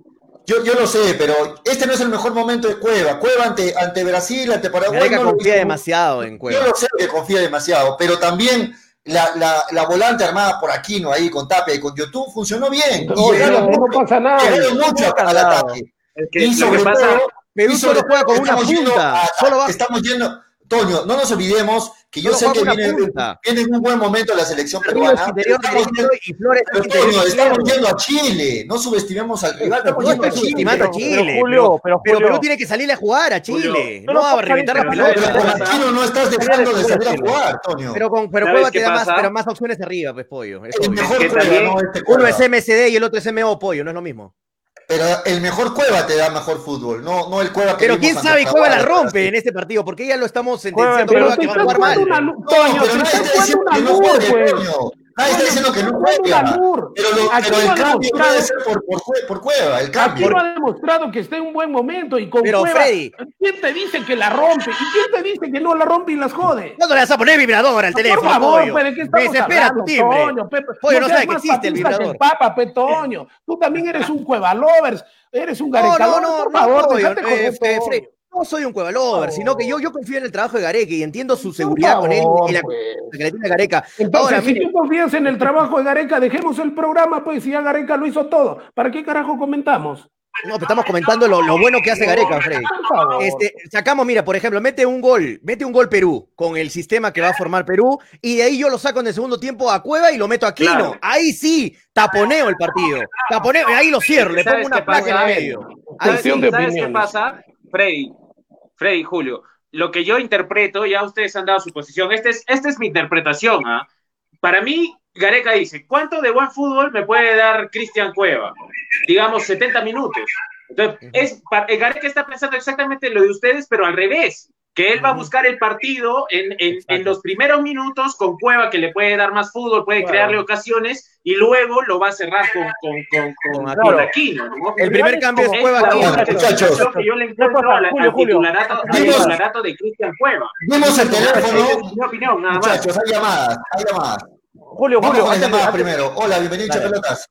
Yo, yo lo sé, pero este no es el mejor momento de Cueva. Cueva ante, ante Brasil, ante Paraguay. Gareca no confía lo demasiado en Cueva. Yo lo sé que confía demasiado, pero también la, la, la volante armada por Aquino ahí con Tapia y con YouTube funcionó bien. No, y llegaron, no, no pasa nada. Llegaron mucho no al ataque. Es que y sobre lo que pasa, todo, Perú solo juega con una punta. A, solo va... Estamos yendo... Toño, no nos olvidemos que yo solo sé que viene, punta. viene en un buen momento la selección Arriba peruana. Interior, Estamos, y Flores pero Toño, estamos yendo a Chile, no subestimemos al rival. No estoy subestimando a Chile, pero, Julio, pero, pero Julio, Perú tiene que salirle a jugar a Chile, Julio, no va a reventar la pelota. Pero con Aquino no estás dejando de salir a jugar, Toño. Pero con pero Cueva te da más, pero más opciones arriba, pues, Pollo. El mejor que Cueva, también, no este uno es M C D y el otro es M O, Pollo, no es lo mismo. Pero el mejor Cueva te da mejor fútbol, no, no el Cueva que Pero quién sabe, Cueva la rompe en este partido, porque ya lo estamos sentenciando Cueva, Cueva que va a jugar mal. Una, no, Toño, pero nadie está diciendo que no juegue, Toño. Nadie está diciendo que no juega. Pero, lo, pero el cambio puede ser por, por, por Cueva, el cambio. Aquí no ha demostrado que esté en un buen momento y con pero Cueva. Freddy, ¿quién te dice que la rompe? ¿Y quién te dice que no la rompe y las jode? ¿cuándo le vas a poner vibrador al no, teléfono, por favor, Pollo? Pe, ¿de qué Me desespera hablando, tu timbre. Toño, Pe, Pollo no, no sabe que existe el vibrador. Que papa, Pe, Toño. Tú también eres un Cueva lovers, eres un No, garecador. no, no, por no, favor, Pollo, déjate eh, con eh, Freddy. No soy un Cueva lover, oh. sino que yo, yo confío en el trabajo de Gareca y entiendo su seguridad favor, con él y la pues. que le tiene Gareca. Entonces, Ahora, si mire, tú confías en el trabajo de Gareca, dejemos el programa, pues, si ya Gareca lo hizo todo. ¿Para qué carajo comentamos? no, pero estamos comentando lo, lo bueno que hace Gareca, Freddy. Por favor. Este, sacamos, mira, por ejemplo, mete un gol, mete un gol Perú con el sistema que va a formar Perú y de ahí yo lo saco en el segundo tiempo a Cueva y lo meto a Aquino. Claro. Ahí sí, taponeo el partido. Taponeo, ahí lo cierro, le pongo una placa en el medio. ¿Sabes, sí, ¿sabes qué pasa? Freddy, Freddy, Julio, lo que yo interpreto, ya ustedes han dado su posición, esta es, esta es mi interpretación. ¿eh? Para mí, Gareca dice, ¿cuánto de buen fútbol me puede dar Cristian Cueva? Digamos, setenta minutos. Entonces, es, Gareca está pensando exactamente lo de ustedes, pero al revés, que él va a buscar el partido en, en, en los primeros minutos con Cueva, que le puede dar más fútbol, puede claro. crearle ocasiones, y luego lo va a cerrar con, con, con, con, claro. con Aquino. ¿no? El primer cambio es Cueva. Muchachos, que yo le encuentro al, al titularato, al titularato de Cristian Cueva. Vimos el teléfono. Es mi opinión, nada más. Muchachos, hay llamadas, hay llamadas. Julio, Vamos Julio, con las antes, llamadas antes, primero. Hola, bienvenido a Pelotas.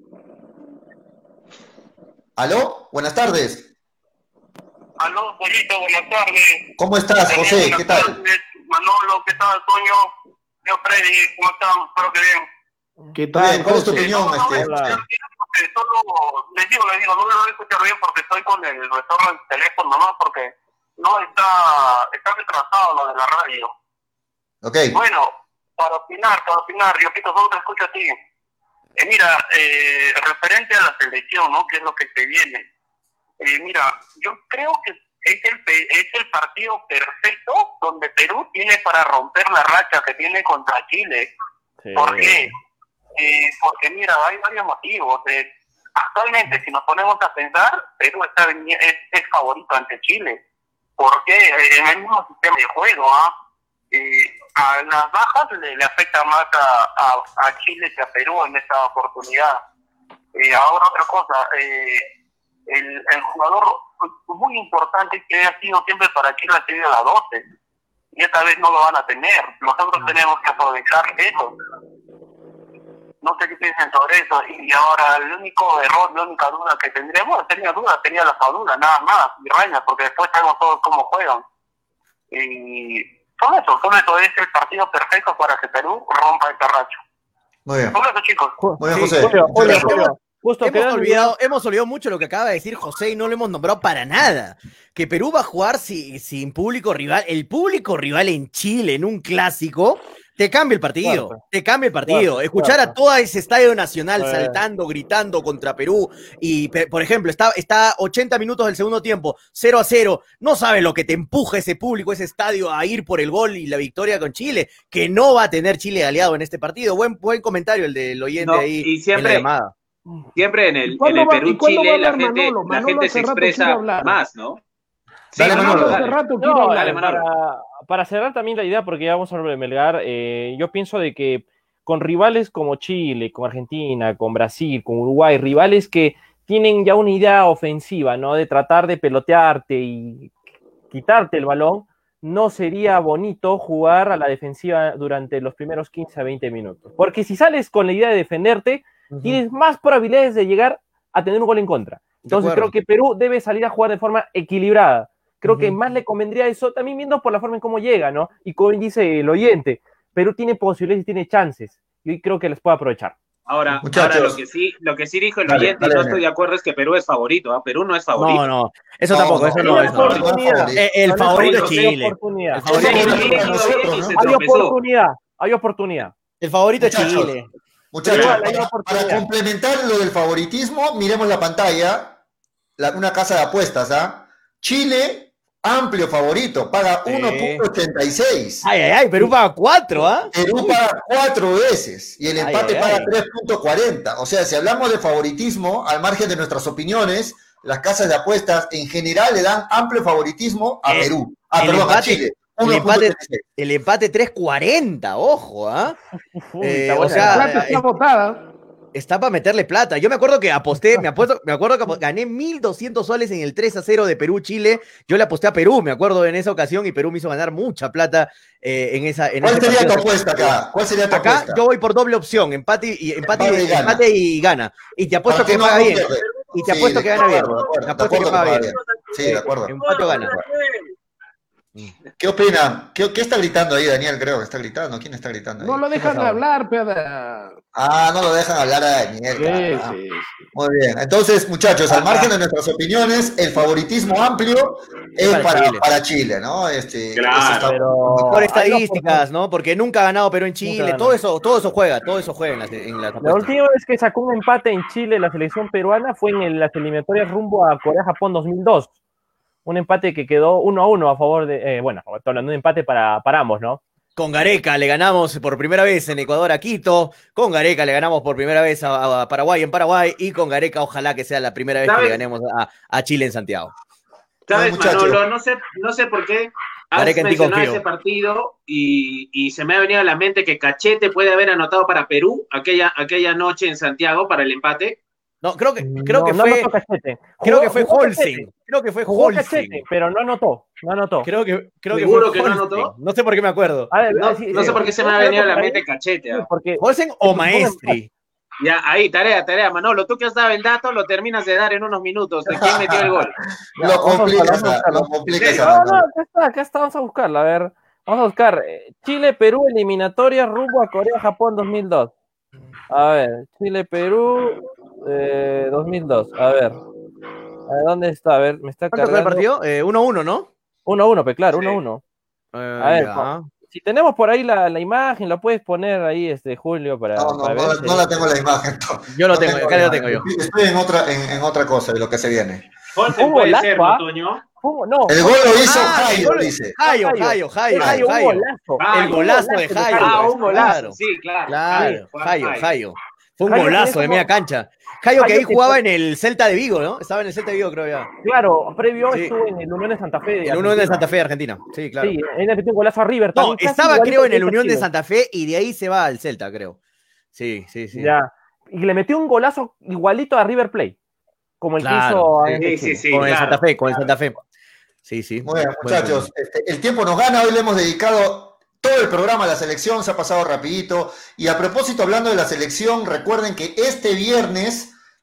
¿Aló? Buenas tardes. Aló, Polito, buenas tardes. ¿Cómo estás, José? Buenas ¿Qué tal? Tardes. Manolo, ¿qué tal, Toño? Yo, Freddy, ¿cómo están? Espero que bien. ¿Qué tal? Bien, ¿cuál es tu opinión? No, no, este? no, solo, les digo, les digo, no lo voy a escuchar bien porque estoy con el retorno del teléfono, ¿no? Porque no está, está retrasado lo de la radio. Ok. Bueno, para opinar, para opinar, yo Pito, solo te escucho a ti. Eh, mira, eh, referente a la selección, ¿no? Que es lo que se viene. Eh, mira, yo creo que es el, es el partido perfecto donde Perú tiene para romper la racha que tiene contra Chile. Sí. ¿Por qué? Eh, porque mira, hay varios motivos. Eh, actualmente, si nos ponemos a pensar, Perú está es, es favorito ante Chile. ¿Por qué? En el mismo sistema de juego, ¿ah? ¿eh? Eh, a las bajas le, le afecta más a, a, a Chile que a Perú en esta oportunidad. Eh, ahora otra cosa, eh, el, el jugador muy importante que ha sido siempre para Chile ha sido la doce, y esta vez no lo van a tener. Nosotros tenemos que aprovechar eso. No sé qué piensan sobre eso. Y ahora el único error, la única duda que tendríamos, tenía duda, tenía la Padula, nada más, y Reina, porque después sabemos todos cómo juegan. Y Solo eso, solo eso es el partido perfecto para que Perú rompa este racho. Muy bien. Solo eso, chicos. Muy bien, Sí, José. Julio, Muchas Julio, gracias. Julio, justo Hemos quedando- olvidado, hemos olvidado mucho lo que acaba de decir José y no lo hemos nombrado para nada. Que Perú va a jugar si- sin público rival. El público rival en Chile, en un clásico, te cambia el partido. Claro. Te cambia el partido. Claro, Escuchar claro. a todo ese estadio nacional Eh. saltando, gritando contra Perú. Y, pe- por ejemplo, está, está ochenta minutos del segundo tiempo, cero a cero. No sabes lo que te empuja ese público, ese estadio a ir por el gol y la victoria con Chile. Que no va a tener Chile aliado en este partido. Buen, buen comentario el del oyente No, ahí y siempre- en la llamada. Siempre en el, ¿Y cuándo en el va- y cuándo va Perú-Chile a la hablar gente, Manolo? la Manolo gente hace se rato quiere expresa hablar. más, ¿no? Sí, Dale, Manolo, Manolo. Hace dale. rato quiere No, hablar. dale, Manolo. para, para cerrar también la idea, porque ya vamos a hablar de Melgar, eh, yo pienso de que con rivales como Chile, con Argentina, con Brasil, con Uruguay, rivales que tienen ya una idea ofensiva, ¿no? De tratar de pelotearte y quitarte el balón, no sería bonito jugar a la defensiva durante los primeros quince a veinte minutos. Porque si sales con la idea de defenderte, tienes más probabilidades de llegar a tener un gol en contra. Entonces acuerdo. creo que Perú debe salir a jugar de forma equilibrada. Creo que Ujú. más le convendría eso, también viendo por la forma en cómo llega, ¿no? Y como dice el oyente, Perú tiene posibilidades y tiene chances. Y hoy creo que les puede aprovechar. Ahora, Muchachos. ahora lo que sí, lo que sí dijo el Dale, oyente, dale, y no Daniel. estoy de acuerdo, es que Perú es favorito, ¿ah? Perú no es favorito. No, no, eso No, tampoco, no, eso no, no, hay eso no. oportunidad. Eh, el No, no, favorito no, es hay Chile. oportunidad. El favorito Sí, es sí, Chile. para nosotros, ¿no? Y se Hay tropezó. oportunidad, hay oportunidad. El favorito es Muchachos. Chile. Muchachos, Pero igual, hay para, oportunidad. para complementar lo del favoritismo, miremos la pantalla, la- una casa de apuestas, ¿ah? Chile, amplio favorito, paga Sí. uno punto ochenta y seis. Ay, ay, ay, Perú paga cuatro, ¿ah? Perú paga cuatro veces y el Ay, empate ay, paga ay. tres punto cuarenta. O sea, si hablamos de favoritismo, al margen de nuestras opiniones, las casas de apuestas en general le dan amplio favoritismo a El- Perú. Ah, el perdón, a empate- Chile. el uno punto empate- ochenta y seis. El empate tres cuarenta, ojo, ¿ah? Uy, Eh, está o buena. sea, La plata está eh, botada. Está para meterle plata. Yo me acuerdo que aposté, me apuesto, me acuerdo que apo- gané mil doscientos soles en el tres a cero de Perú-Chile. Yo le aposté a Perú, me acuerdo en esa ocasión, y Perú me hizo ganar mucha plata eh, en esa en ¿Cuál ese sería tu partido. apuesta acá? ¿Cuál sería tu Acá apuesta? yo voy por doble opción, empate y empate, Empate y y, gana. empate y gana. Y te apuesto Para que no- paga no bien. pierde. Y te Sí, apuesto de que gana bien. acuerdo, de acuerdo, Te de apuesto que acuerdo paga que bien. Sí, de acuerdo. Empate o gana. ¿Qué opinan? ¿Qué, qué está gritando ahí, Daniel? Creo que está gritando. ¿Quién está gritando ahí? No lo ¿Qué dejan de pasaba? hablar, peda. Ah, no lo dejan hablar a Daniel. Sí, carajo. sí, sí. Muy bien. Entonces, muchachos, al margen de nuestras opiniones, el favoritismo amplio es Para para, Chile. para Chile, ¿no? Este, Claro, eso está- Pero Por hay estadísticas, ¿no? Porque nunca ha ganado Perú en Chile. gana. Todo eso, todo eso juega, todo eso juega en las, en las La apuestas. última vez que sacó un empate en Chile la selección peruana fue en el- las eliminatorias rumbo a Corea-Japón dos mil dos. Un empate que quedó uno a uno a favor de, eh, bueno, estoy hablando de un empate para, para ambos, ¿no? Con Gareca le ganamos por primera vez en Ecuador a Quito. Con Gareca le ganamos por primera vez a, a Paraguay en Paraguay. Y con Gareca ojalá que sea la primera vez que ¿Sabes? le ganemos a, a Chile en Santiago. ¿Sabes, No, muchacho. Manolo? No sé, no sé por qué has Gareca, en ti mencionado confío. ese partido y, y se me ha venido a la mente que Cachete puede haber anotado para Perú aquella, aquella noche en Santiago para el empate. No, creo que, creo No, que no fue, anotó Cachete. creo Jugó- que fue jugó Holcim. Cachete. Creo que fue Jugó Holcim. Cachete, pero no anotó. No anotó. Creo que, creo que ¿Seguro fue que no Holcim. anotó? No sé por qué me acuerdo. A ver, No, sí, no sí, sé por qué se me ha sí, venido a la por ahí, mente Cachete. ¿ah? Porque Holcim o Maestri. Ya, ahí, tarea, tarea. Manolo, tú que has dado el dato, lo terminas de dar en unos minutos. ¿De quién metió el gol? Lo vamos a complicas, buscarlo, vamos a a- lo buscarlo. complicas ¿En a No, Manolo. no, acá está, acá está, vamos a buscarla, a ver. Vamos a buscar eh, Chile, Perú, eliminatoria rumbo a Corea, Japón dos mil dos. A ver, Chile, Perú, eh, dos mil dos. A ver. A ver, ¿dónde está? A ver, me está ¿Cuánto quedó el cargando. partido? Eh, uno a uno, ¿no? uno a uno, pues claro, Sí. uno a uno. Eh, A ver, ya. Si tenemos por ahí la, la imagen, la puedes poner ahí, este Julio, para, No, no, para no, ver. no la tengo la imagen. no. Yo lo No tengo, acá la lo tengo yo. imagen. Estoy en otra, en, en otra cosa de lo que se viene. Holcim Un puede golazo, ser, ¿ah? ¿no, Toño? ¿Cómo? No, El gol lo hizo Ah, el Jairo, gol- dice. Jairo, Jairo. Jairo, Jairo, Jairo, un Jairo. golazo. Ah, El golazo de golazo, Jairo. Ah, pues, un golazo, claro. sí, claro. Claro, Sí, Juan Jairo, Jairo. Jairo. Fue un Jairo golazo tiene de como- media cancha. Jairo que Jairo ahí que jugaba fue- en el Celta de Vigo, ¿no? Estaba en el Celta de Vigo, creo ya. Claro, previo Sí. estuvo en el Unión de Santa Fe. de El Unión de Argentina. Santa Fe de Argentina. Sí, claro. Sí, él le metió un golazo a River. No, también, casi estaba igualito creo en que el hizo Unión de Chile. Santa Fe y de ahí se va al Celta, creo. Sí, sí, sí. Ya. Y le metió un golazo igualito a River Plate. Como el Claro, que hizo sí. ante Sí, sí, Chile. sí. con el claro, Santa Fe, con el claro. Santa Fe. Sí, sí. Muy bien, Buen muchachos, punto. este, el tiempo nos gana, hoy le hemos dedicado todo el programa a la selección, se ha pasado rapidito. Y a propósito, hablando de la selección, recuerden que este viernes,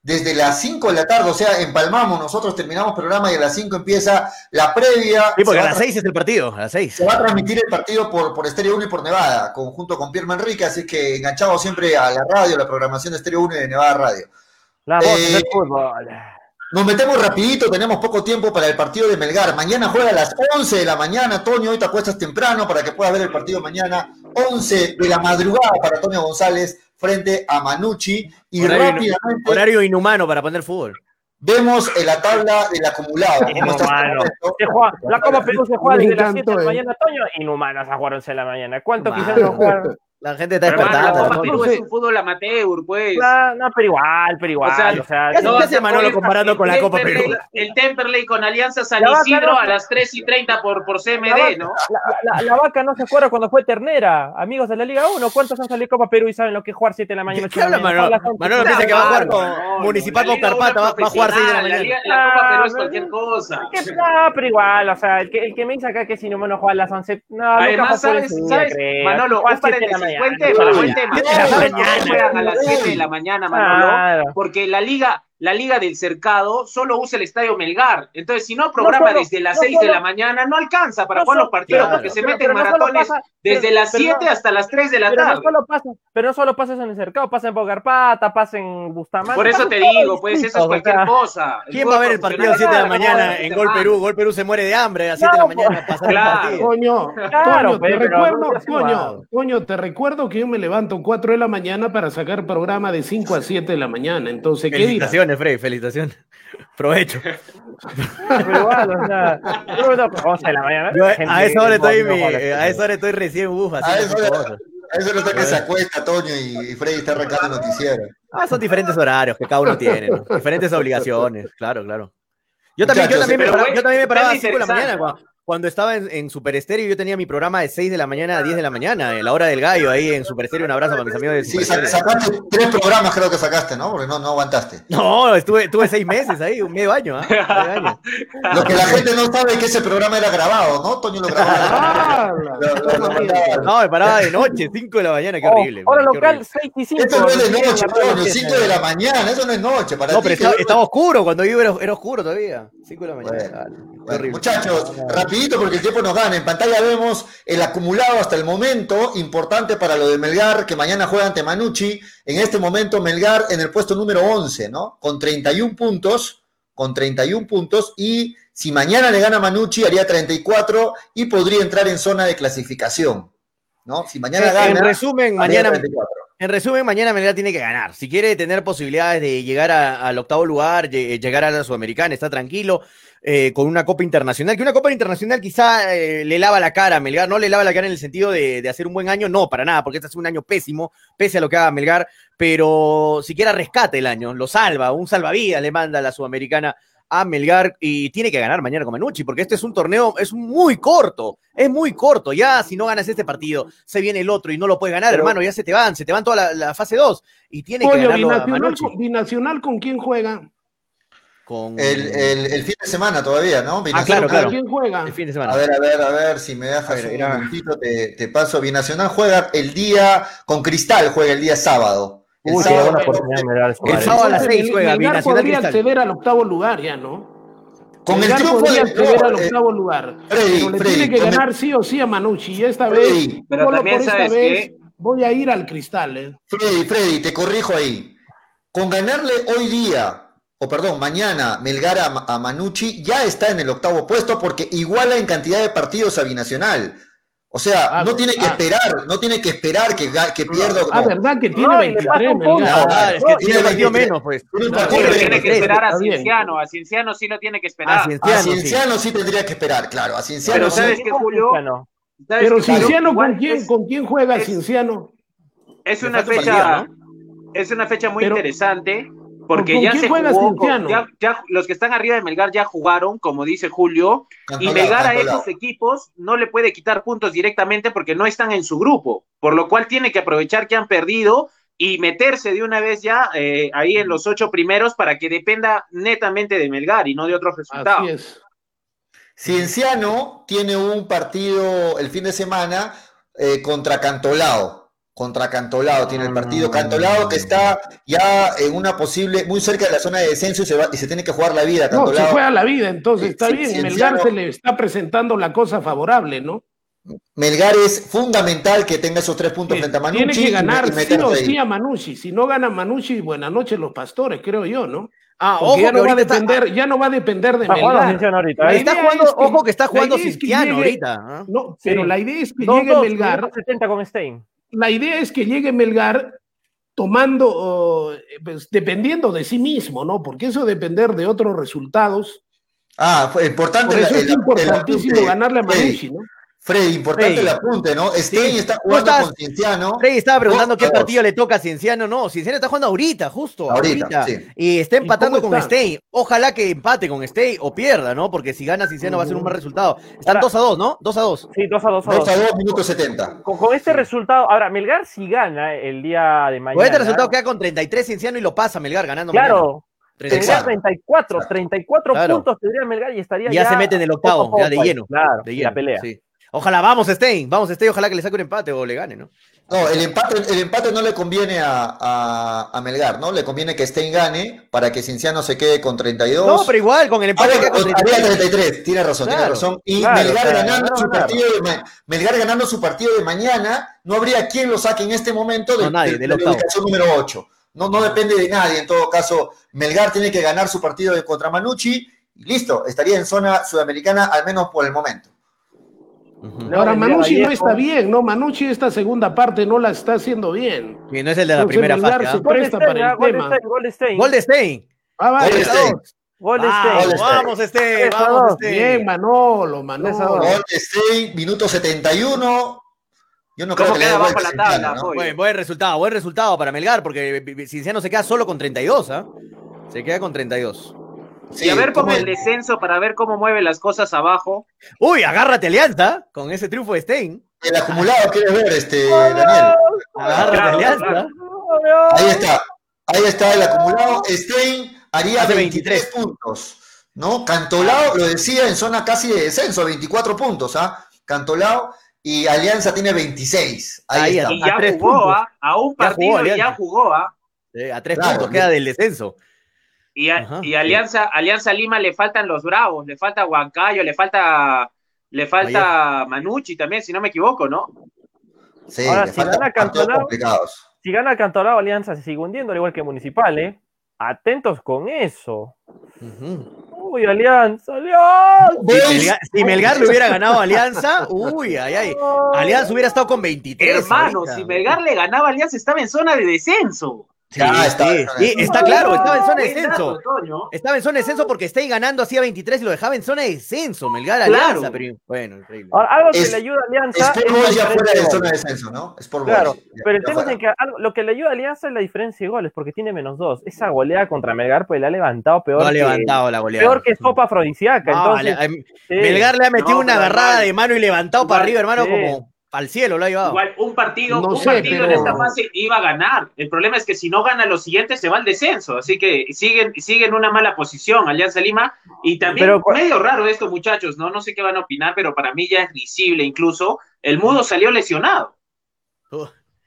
desde las cinco de la tarde, o sea, empalmamos, nosotros terminamos programa y a las cinco empieza la previa. Sí, porque a las seis es el partido, a las seis. Se va a transmitir el partido por, por Estéreo uno y por Nevada, conjunto con Pierre Manrique, así que enganchado siempre a la radio, la programación de Estéreo uno y de Nevada Radio. La voz Eh, del fútbol. Nos metemos rapidito, tenemos poco tiempo para el partido de Melgar. Mañana juega a las once de la mañana, Toño, hoy te acuestas temprano para que puedas ver el partido mañana. once de la madrugada para Toño González frente a Manucci. Y horario, rápidamente horario inhumano para poner fútbol. vemos en la tabla del acumulado. ¿Cómo está Inhumano. esto? Se juega- la Copa Perú se juega Me desde las encantó, siete de la eh. mañana, Toño. Inhumanos a jugar once de la mañana. ¿Cuánto Inhumano. quizás no jugar? La gente está Hermano, la despertando. Copa ¿no? Perú es un fútbol amateur, pues. Claro, no, pero igual, pero igual. O sea, O sea, ¿qué hace- No, qué hace Manolo el- comparando con la el Copa Temperley- Perú? El Temperley con Alianza San La vaca Isidro no- a las tres y treinta por, por C M La D, vaca, ¿no? la, la- la vaca no se acuerda cuando fue ternera. Amigos de la Liga uno, ¿cuántos han salido Copa Perú y saben lo que es jugar siete de la mañana? ¿Qué habla Manolo? Manolo piensa que va a jugar con Municipal con Carpata, va, va a jugar seis de la La, mañana. Liga- la Copa Perú es cualquier cosa. Que, no, pero igual, o sea, el que, el que me dice acá que es inhumano jugar a las once. No, Además, nunca ¿sabes? ¿sabes? Manolo, un paréntesis, buen tema, buen tema. siete de la ¿Sabes por qué mañana. juegan a las siete de la mañana, Manolo? Claro. Porque la liga, la liga del cercado solo usa el estadio Melgar. Entonces, si no programa solo- desde las no seis de solo- la mañana, no alcanza para no jugar solo- los partidos claro. porque se pero- meten pero no solo maratones pasa- desde pero- las pero siete no- hasta las tres de la Pero no tarde. solo pasa, pero no solo pasa eso en el cercado, pasa en Bogarpata, pasa en Bustamante. Por eso pasa te en todo digo, pues eso es distinto, cualquier o sea, cosa. ¿Quién va a ver el partido a las siete de la mañana en Gol Perú? Gol Perú se muere de hambre a las siete de la No, mañana. Pasar el claro. partido. Coño, Claro, Toño, pues, te pero recuerdo, no seas coño, jugado. coño, te recuerdo que yo me levanto cuatro de la mañana para sacar programa de cinco a siete de la mañana. Entonces, ¿qué dirás? Felicitaciones, Freddy, felicitaciones. Provecho. Pero igual, o sea, yo no, once de la mañana. Yo, gente a esa hora que estoy, no mi- juega a las eh, a esa hora estoy recién uf, A haciendo eso, sus era- cosas. a eso no está que se acuesta Toño y, y Freddy está arrancando el noticiero. Ah, son diferentes horarios que cada uno tiene, ¿no? Diferentes obligaciones, claro, claro. Yo también, yo Muchachos, también, me, pero paraba, bueno, yo también me paraba a es las cinco de la mañana. interesante. Cuando, cuando estaba en, en Super Estéreo, yo tenía mi programa de seis de la mañana a diez de la mañana, en la hora del gallo, ahí en Super Estéreo. Un abrazo para mis amigos de Sí, Super sa- Estéreo. sacaste tres programas, creo que sacaste, ¿no? Porque no, no aguantaste. No, estuve, estuve seis meses ahí, un medio año, ¿ah? Medio año. Lo que la gente no sabe es que ese programa era grabado, ¿no? Toño lo grababa. Ah, Lo- lo- lo mandaba. No, me paraba de noche, cinco de la mañana, qué horrible. Hora man, qué local, horrible. seis y cinco. Esto no es de noche, la radio Toño, siete. cinco de la mañana, eso no es noche. Para No, ti pero que estaba, duermes- estaba oscuro, cuando yo era, era oscuro todavía. cinco de la mañana. Bueno, dale, qué Bueno, horrible. muchachos, rapidito porque el tiempo nos gana. En pantalla vemos el acumulado hasta el momento, importante para lo de Melgar, que mañana juega ante Manucci. En este momento Melgar en el puesto número once, ¿no? Con treinta y uno puntos, con treinta y uno puntos, y si mañana le gana Manucci haría treinta y cuatro y podría entrar en zona de clasificación, ¿no? Si mañana En- gana, en resumen, haría mañana, treinta y cuatro. en resumen, mañana Melgar tiene que ganar. Si quiere tener posibilidades de llegar a- al octavo lugar, lle- llegar a la Sudamericana, está tranquilo, eh, con una Copa Internacional, que una Copa Internacional quizá eh, le lava la cara a Melgar, no le lava la cara en el sentido de, de hacer un buen año, no, para nada, porque este es un año pésimo, pese a lo que haga Melgar, pero siquiera rescate el año, lo salva, un salvavidas le manda a la Sudamericana a Melgar y tiene que ganar mañana con Manucci, porque este es un torneo, es muy corto, es muy corto, ya si no ganas este partido, se viene el otro y no lo puedes ganar, Pero- hermano, ya se te van, se te van toda la, la fase dos y tiene que Coño, ganarlo a binacional, Manucci. con, binacional, ¿con quién juega? Con... El, el, el fin de semana todavía, ¿no? Ah, claro, ¿Con claro. quién juega? El fin de semana. A ver, a ver, a ver, si me dejas A ver, un era- momentito, te, te paso. Binacional juega el día, con Cristal juega el día sábado. El Uy, qué sábado, buena oportunidad me da el El sábado a las Entonces, seis juega Melgar Binacional podría Cristal. acceder al octavo lugar ya, ¿no? con el Melgar triunfo podría del acceder al eh, octavo lugar. Freddy, pero le Freddy, tiene que con el- ganar sí o sí a Manucci. Y esta Freddy, vez, pero solo también por esta sabes vez, que- voy a ir al Cristal. ¿eh? Freddy, Freddy, te corrijo ahí. Con ganarle hoy día, o perdón, mañana, Melgar a, a Manucci, ya está en el octavo puesto porque iguala en cantidad de partidos a Binacional. O sea, Ah, no tiene que ah. esperar, no tiene que esperar que, ga- que pierda. Ah, no. ¿verdad que tiene No, y le pasa veintitrés, un punto. Melgar? Ah, es que No, tiene tiene partido veintitrés. menos, pues. Tiene un No, partido pero de tiene que veintitrés. esperar a está bien. Cienciano, a Cienciano sí lo tiene que A esperar. A Cienciano, sí. Cienciano sí tendría que esperar, claro. A Cienciano Pero sí. ¿sabes qué, Julio? Cristiano. ¿Sabes Pero qué, Julio? Cienciano, Igual ¿con quién, es- ¿con quién juega es- Cienciano? Es Le una falta un fecha, partido, es una fecha muy Pero- interesante porque ¿con ya quién se juega jugó, con- Cienciano? ya, ya los que están arriba de Melgar ya jugaron, como dice Julio, y Cantolao, Melgar a Cantolao. esos equipos no le puede quitar puntos directamente porque no están en su grupo, por lo cual tiene que aprovechar que han perdido y meterse de una vez ya eh, ahí en los ocho primeros para que dependa netamente de Melgar y no de otros resultados. Así es. Cienciano tiene un partido el fin de semana eh, contra Cantolao. Contra Cantolao tiene el partido. Cantolao que está ya en una posible, muy cerca de la zona de descenso y se, va, y se tiene que jugar la vida. Cantolao. No, se juega la vida, entonces está Sí, bien. Cienciano, Melgar se le está presentando la cosa favorable, ¿no? Melgar es fundamental que tenga esos tres puntos Que frente a Manucci. tiene que ganar y, y sí o ahí. sí a Manucci. Si no gana Manucci, buenas noches los Pastores, creo yo, ¿no? Ah, Porque ojo, ya no, va a está, depender, ya no va a depender de está Melgar. ahorita, La ¿eh? está idea jugando, es que, ojo que está jugando la idea es que Cinciano llegue, ahorita. ¿eh? No, pero Sí. la idea es que dos, llegue dos, Melgar. setenta con Stein. La idea es que llegue Melgar tomando, uh, pues, dependiendo de sí mismo, ¿no? Porque eso de depender de otros resultados. Ah, fue importante. Por eso el, es el, importantísimo el apunte, ganarle a Manucci, Freddy, ¿no? Freddy, importante Freddy. el apunte, ¿no? Stein Sí. está jugando estás, con Cienciano. Freddy estaba preguntando dos qué a dos. partido le toca a Cienciano. No, Cienciano está jugando ahorita, justo. Ahorita, Ahorita. sí. Y está empatando con está? Stein. Ojalá que empate con Stein o pierda, ¿no? Porque si gana Cienciano uh-huh. va a ser un mal resultado. Están Ahora, dos a dos, ¿no? dos a dos. Sí, dos a dos. dos a dos, minuto setenta. Con, con este sí. resultado, ahora, Melgar si gana el día de mañana. Con este resultado queda con treinta y tres Cienciano y lo pasa Melgar ganando. Claro. Mañana. Tendría treinta y cuatro, treinta y cuatro claro. puntos tendría Melgar y estaría y ya, ya se mete en el octavo, poco, ya de poco, lleno. Claro, de lleno, la pelea. Sí. Ojalá, vamos Stein, vamos Stein, ojalá que le saque un empate o le gane, ¿no? No, el empate, el empate no le conviene a, a, a Melgar, ¿no? Le conviene que Stein gane para que Cienciano se quede con treinta y dos. No, pero igual, con el empate ah, queda con treinta y tres. treinta y tres, tiene razón, claro, tiene razón. Y claro, Melgar, claro, ganando no, su no, partido de, Melgar ganando su partido de mañana, no habría quien lo saque en este momento de, no, nadie, de, del de la ubicación número ocho. No, no depende de nadie, en todo caso, Melgar tiene que ganar su partido de contra Manucci y listo, estaría en zona sudamericana al menos por el momento. Uh-huh. Ahora Manucci no está bien, ¿no? Manucci esta segunda parte no la está haciendo bien. Y no es el de la Entonces, primera fase. Se presta para el gol tema. De Stein, gol de Stein. Gol de Stein. Ah, vale. Gol de Stein. Gol de Stein. Stein. Vamos, Stein. Vamos, Stein. Bien, Manolo, Manolo. Gol de Stein, minuto setenta y uno. Yo no creo que queda le bajo la tabla, ¿no? buen, buen resultado, buen resultado para Melgar, porque Cienciano se queda solo con treinta y dos, ¿ah? ¿eh? Se queda con treinta y dos. Sí, y a ver con el descenso para ver cómo mueve las cosas abajo. Uy, agárrate Alianza con ese triunfo de Stein. El acumulado, ¿quieres ver, este, Daniel? Agárrate claro, Alianza. Claro. Ahí está, ahí está el acumulado. Stein haría veintitrés, veintitrés puntos, ¿no? Cantolao, lo decía, en zona casi de descenso, veinticuatro puntos, ¿ah? ¿eh? Cantolao. Y Alianza tiene veintiséis. Ahí, Ahí está. Y ya a jugó, ¿ah? A un partido ya y ya jugó, ¿ah? Sí, a tres claro, puntos queda del descenso. Y, a, Ajá, y Alianza, sí. Alianza Lima le faltan los Bravos, le falta Huancayo, le falta le falta Ayer. Manucci también, si no me equivoco, ¿no? Sí, ahora le si gana Cantolao, si gana Cantolao, Alianza se sigue hundiendo, al igual que Municipal, ¿eh? Atentos con eso. Uh-huh. Uy, Alianza, Alianza. Si Melgar, si Melgar le hubiera ganado a Alianza, uy, ay, ay. Alianza hubiera estado con veintitrés. Hermano, ahorita. Si Melgar le ganaba a Alianza, estaba en zona de descenso. Sí, ya, está, sí, sí, está claro, estaba en zona de descenso. Estaba en zona de descenso porque está ganando así a veintitrés y lo dejaba en zona de descenso, Melgar Alianza, claro. Pero bueno, increíble. Ahora, algo que es, le ayuda a Alianza. Es por ya fuera de zona de descenso, ¿no? Es por claro, ya, pero el tema es que algo, lo que le ayuda a Alianza es la diferencia de goles, porque tiene menos dos. Esa goleada contra Melgar, pues le ha levantado peor. No ha que, levantado la goleada. Peor que sopa afrodisíaca. No, entonces, le, sí. Melgar le ha metido no, una agarrada mal. de mano y levantado igual, para arriba, hermano, sí. como. Al cielo lo ha llevado. Igual un partido, no un sé, partido pero... en esta fase iba a ganar. El problema es que si no gana los siguientes se va al descenso. Así que siguen, siguen una mala posición Alianza Lima. Y también pero, medio raro esto, muchachos, ¿no? No sé qué van a opinar, pero para mí ya es visible incluso. El Mudo salió lesionado. Uh.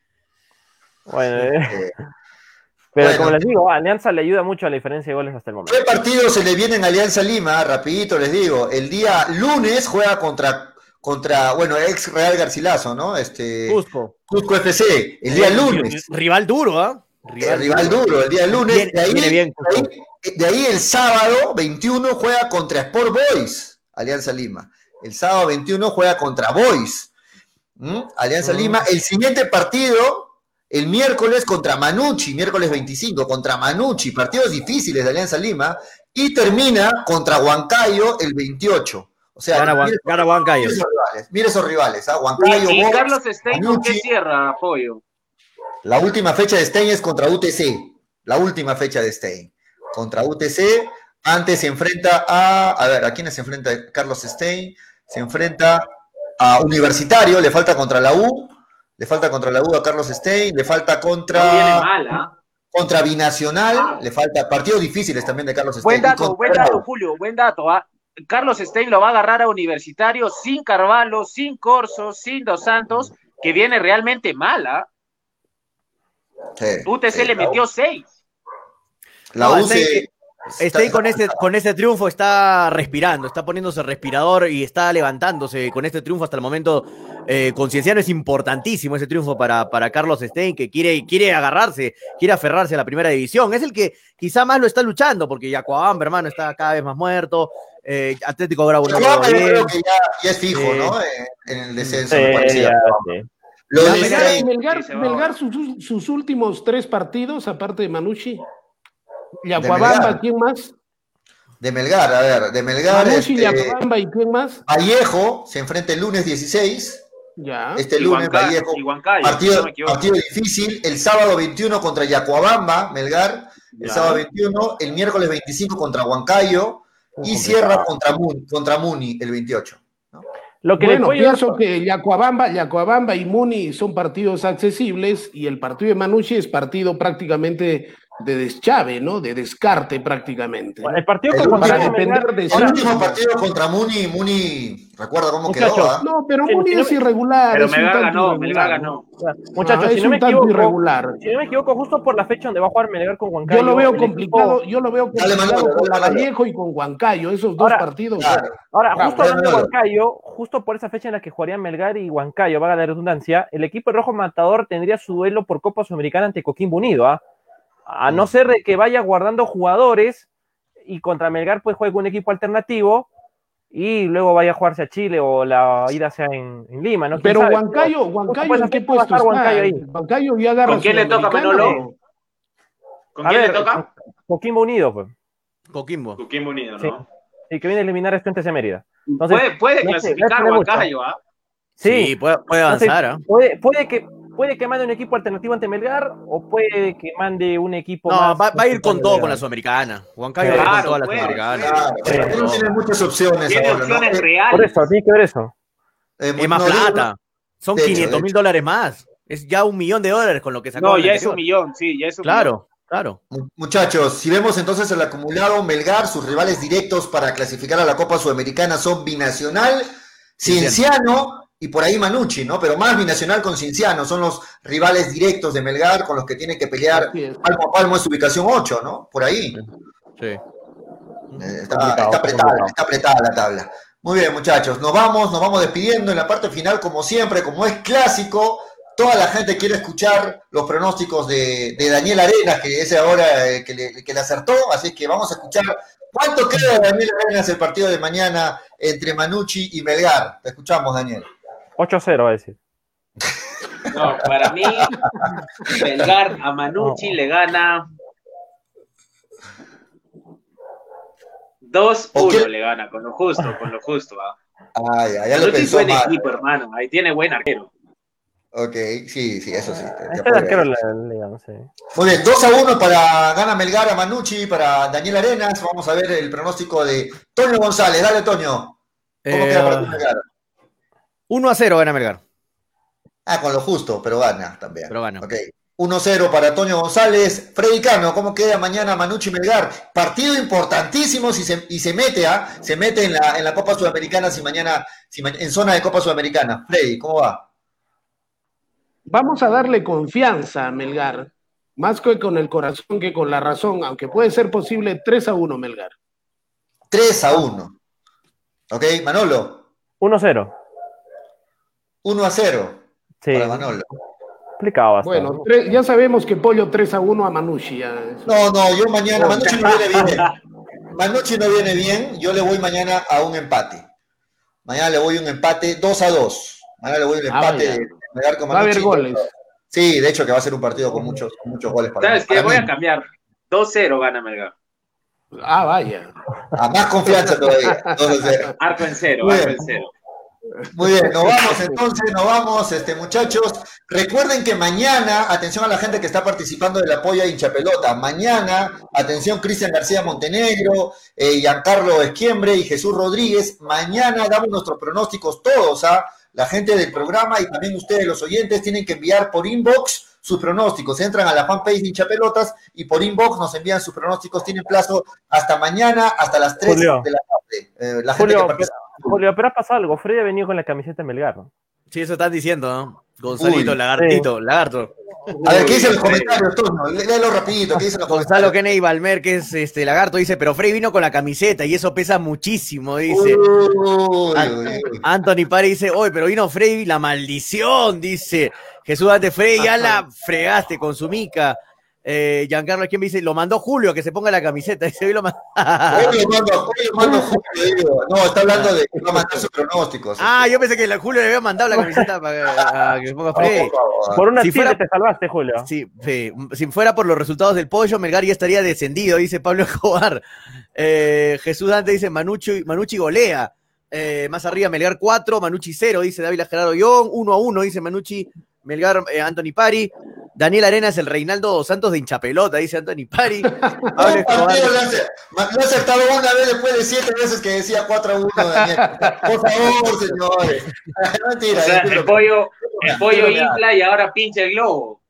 Bueno, eh. Pero bueno, como les digo, a Alianza le ayuda mucho a la diferencia de goles hasta el momento. ¿Qué partidos se le vienen a Alianza Lima? Rapidito les digo. El día lunes juega contra... contra, bueno, ex Real Garcilaso, ¿no? Este, Cusco. Cusco F C, el día lunes. Rival duro, ¿ah? ¿eh? Rival, rival duro. duro, el día lunes. Viene, de, ahí, viene bien, de, ahí, de ahí el sábado veintiuno juega contra Sport Boys, Alianza Lima. El sábado veintiuno juega contra Boys, ¿Mm? Alianza uh-huh. Lima. El siguiente partido, el miércoles contra Manucci, miércoles veinticinco contra Manucci, partidos difíciles de Alianza Lima. Y termina contra Huancayo el veintiocho. O sea, gana, mire, gana Huancayo. Mire esos rivales, mire esos rivales ¿ah? Huancayo, y, y Box, Carlos Stein, ¿con qué cierra, Pollo? La última fecha de Stein es contra U T C. La última fecha de Stein. Contra U T C. Antes se enfrenta a... A ver, ¿a quiénes se enfrenta Carlos Stein? Se enfrenta a Universitario, le falta contra la U. Le falta contra la U a Carlos Stein. Le falta contra... No viene mal, ¿ah? ¿eh? Contra Binacional. Ah. Le falta partidos difíciles también de Carlos Stein. Buen dato, buen dato, Julio. Buen dato, ¿ah? ¿eh? Carlos Stein lo va a agarrar a Universitario sin Carvalho, sin Corso, sin Dos Santos, que viene realmente mala. Sí, U T C sí, le la metió U. seis. La No, U está ahí- se- Está ahí con este, con este triunfo, está respirando, está poniéndose respirador y está levantándose con este triunfo hasta el momento. Eh, con Cienciano es importantísimo ese triunfo para, para Carlos Stein, que quiere, quiere agarrarse, quiere aferrarse a la primera división. Es el que quizá más lo está luchando, porque Yacuabamba, hermano, está cada vez más muerto. Eh, Atlético Grau no Yacuabamba lo yo bien. creo que ya, ya es fijo, Eh, ¿no? En, en el descenso, Sí, me parecía. ya, Yacuabamba. sí. Lo Ya, de Melgar, Stein, Melgar, sí, se va Melgar ahora. sus, sus últimos tres partidos, aparte de Manucci. De Yacuabamba, Melgar. ¿quién más? de Melgar, a ver, de Melgar, Manucci, este, Yacuabamba y ¿quién más? Vallejo se enfrenta el lunes dieciséis. Ya. Este Y lunes, Huancayo, Vallejo. y Huancayo, partido, si no me equivoco. partido difícil. El sábado veintiuno contra Yacuabamba, Melgar. El Ya. sábado veintiuno. El miércoles veinticinco contra Huancayo. Y cierra contra Muni, contra Muni el veintiocho. ¿no? Lo que le Bueno, puede ayudar- pienso que Yacuabamba, Yacuabamba y Muni son partidos accesibles y el partido de Manucci es partido prácticamente de deschave, ¿no? De descarte prácticamente. ¿no? el partido El con último- Huancayo Melgar- depender de El sí último mismo. partido contra Muni, Muni, recuerda cómo Muchachos, quedó. ¿ah? No, pero Sí, Muni si no es me- irregular. Pero es un Melgar tanto ganó, irregular, Melgar ¿no? ganó. Muchachos, Ah, si es no me un tanto equivoco, irregular. si no me equivoco, justo por la fecha donde va a jugar Melgar con Huancayo. Yo lo veo el complicado, equipo- yo lo veo Dale, complicado Manolo, con dale, la Manolo. Vallejo y con Huancayo, esos dos Ahora, partidos. Claro. Ahora, Bravo, justo hablando de Manolo. Huancayo, justo por esa fecha en la que jugarían Melgar y Huancayo, valga la redundancia, el equipo rojo matador tendría su duelo por Copa Sudamericana ante Coquimbo Unido, ¿ah? A no ser de que vaya guardando jugadores y contra Melgar pues juegue un equipo alternativo y luego vaya a jugarse a Chile o la ida sea en, en Lima, ¿no? ¿Quién Pero sabe? Huancayo, Justo Huancayo, por esa ¿en qué fecha va a puesto estar está? Huancayo ahí. Huancayo ya agarra ¿Con quién le toca, Sudamericana, Manolo? ¿o? ¿Con A quién ver, le toca? Coquimbo Unido, pues. Coquimbo. Coquimbo Unido, Sí. ¿no? Y que viene a eliminar a Estudiantes de Mérida. Entonces, puede puede no sé, clasificar no tiene mucho. Huancayo, ¿ah? Sí, Sí, puede, puede Entonces, avanzar. ¿ah? puede, puede, que, puede que mande un equipo alternativo ante Melgar o puede que mande un equipo No, más. va, va a ir con todo con la Melgar. Sudamericana. Huancayo va a ir con Claro, toda la puede, Sudamericana. Claro, Sí. pero no tiene muchas opciones Tiene ahora, ¿no? opciones Eh, reales. Por eso, tiene que ver eso. eh, Es más no, digo, plata. Son de hecho, quinientos de mil hecho. dólares más. Es ya un millón de dólares con lo que sacó. No, en la ya es un anterior. millón, sí, ya es un Claro, claro. Mu- Muchachos, si vemos entonces el acumulado, Melgar, sus rivales directos para clasificar a la Copa Sudamericana son Binacional, Cienciano y por ahí Manucci, ¿no? Pero más Binacional con Cienciano son los rivales directos de Melgar con los que tiene que pelear Así es. palmo a palmo en su ubicación ocho, ¿no? Por ahí. Sí. Eh, Está, Complicado, está apretada, complicado. está apretada la tabla. Muy bien, muchachos, nos vamos, nos vamos despidiendo en la parte final, como siempre, como es clásico. Toda la gente quiere escuchar los pronósticos de, de Daniel Arenas, que es ahora el que le, que le acertó, así que vamos a escuchar cuánto queda de Daniel Arenas el partido de mañana entre Manucci y Melgar. Te escuchamos, Daniel. ocho a cero, va a decir. No, para mí, Melgar a Manucci le gana dos uno, ¿O qué? le gana, con lo justo, con lo justo. ¿va? Ah, ya, ya lo Manucci es pensó buen mal. equipo, hermano, ahí tiene buen arquero. Ok, sí, sí, eso sí. te- te Este es apoyo arquero ahí. de la liga, no sé. Muy bien, dos a uno para gana Melgar a Manucci, para Daniel Arenas. Vamos a ver el pronóstico de Toño González. Dale, Toño. ¿Cómo Eh, queda para ti, Melgar? uno a cero gana Melgar. Ah, con lo justo, pero gana también. Pero gana. Ok. uno cero para Toño González. Freddy Cano, ¿cómo queda mañana Manucci Melgar? Partido importantísimo si se, y se mete, ¿ah? Se mete en la, en la Copa Sudamericana si mañana, si ma- en zona de Copa Sudamericana. Freddy, ¿cómo va? Vamos a darle confianza a Melgar, más que con el corazón que con la razón, aunque puede ser posible tres a uno Melgar. tres a uno. Ok, Manolo. uno a cero. uno a cero Sí. para Manolo. Complicado bastante. Bueno, tres- ya sabemos que Pollo tres a uno a Manucci. Ya, eso. No, no, yo mañana, Manucci no viene bien. Manucci no viene bien, yo le voy mañana a un empate. Mañana le voy a un empate dos a dos. Mañana le voy a un Ah, empate vaya. de Melgar con Va a haber Manucci. goles. Sí, de hecho que va a ser un partido con muchos, con muchos goles para ¿Sabes qué? para Voy mí. a cambiar. dos cero gana Melgar. Ah, vaya. A más confianza todavía. dos a cero. Arco en cero, Muy arco bien. en cero. Muy bien, nos vamos entonces, nos vamos, este, muchachos. Recuerden que mañana, atención a la gente que está participando del apoyo a Hinchapelota, mañana, atención Cristian García Montenegro, eh, Giancarlo Esquiembre y Jesús Rodríguez, mañana damos nuestros pronósticos todos, ¿ah? La gente del programa y también ustedes los oyentes tienen que enviar por inbox sus pronósticos, entran a la fanpage de Hinchapelotas y por inbox nos envían sus pronósticos, tienen plazo hasta mañana, hasta las tres Julio. de la tarde. Eh, la gente Julio, que pero, participa. Julio, pero ha pasado algo. Freddy ha venido con la camiseta de Melgar, ¿no? Sí, eso están diciendo, ¿no? Gonzalito, Uy, lagartito, lagarto. A ver, ¿qué dicen los comentarios, Toño? Léelo rapidito, ¿qué dicen los comentarios? Gonzalo Kennedy Balmer, que es este lagarto, dice, pero Frey vino con la camiseta y eso pesa muchísimo, dice. Uy, uy, uy. Anthony Pari dice, oye, pero vino Frey, la maldición, dice. Jesús Dante Frey, ya la fregaste con su mica. Eh, Giancarlo, ¿quién me dice? Lo mandó Julio, que se ponga la camiseta. Dice, hoy lo mandó. Hoy lo mando, hoy lo mando Julio, digo. No, está hablando de que va a mandar sus pronósticos. Ah, yo pensé que la Julio le había mandado la camiseta para que se ponga Frey. Por una si fuera, te salvaste, Julio. Sí, sí, si fuera por los resultados del pollo, Melgar ya estaría descendido, dice Pablo Escobar. Eh, Jesús Dante dice, Manucci, Manucci golea. Eh, más arriba, Melgar cuatro, Manucci cero, dice Dávila Gerardo Young. uno a uno, dice Manucci, Melgar, eh, Anthony Pari. Daniel Arenas, el Reinaldo dos Santos de hinchapelota, dice Anthony Pari. Pablo Escobar. Lo ha acertado una vez después de siete veces que decía cuatro a uno, Daniel. Por favor, señores. Mentira. O sea, el pollo, el pollo infla y ahora pincha el globo.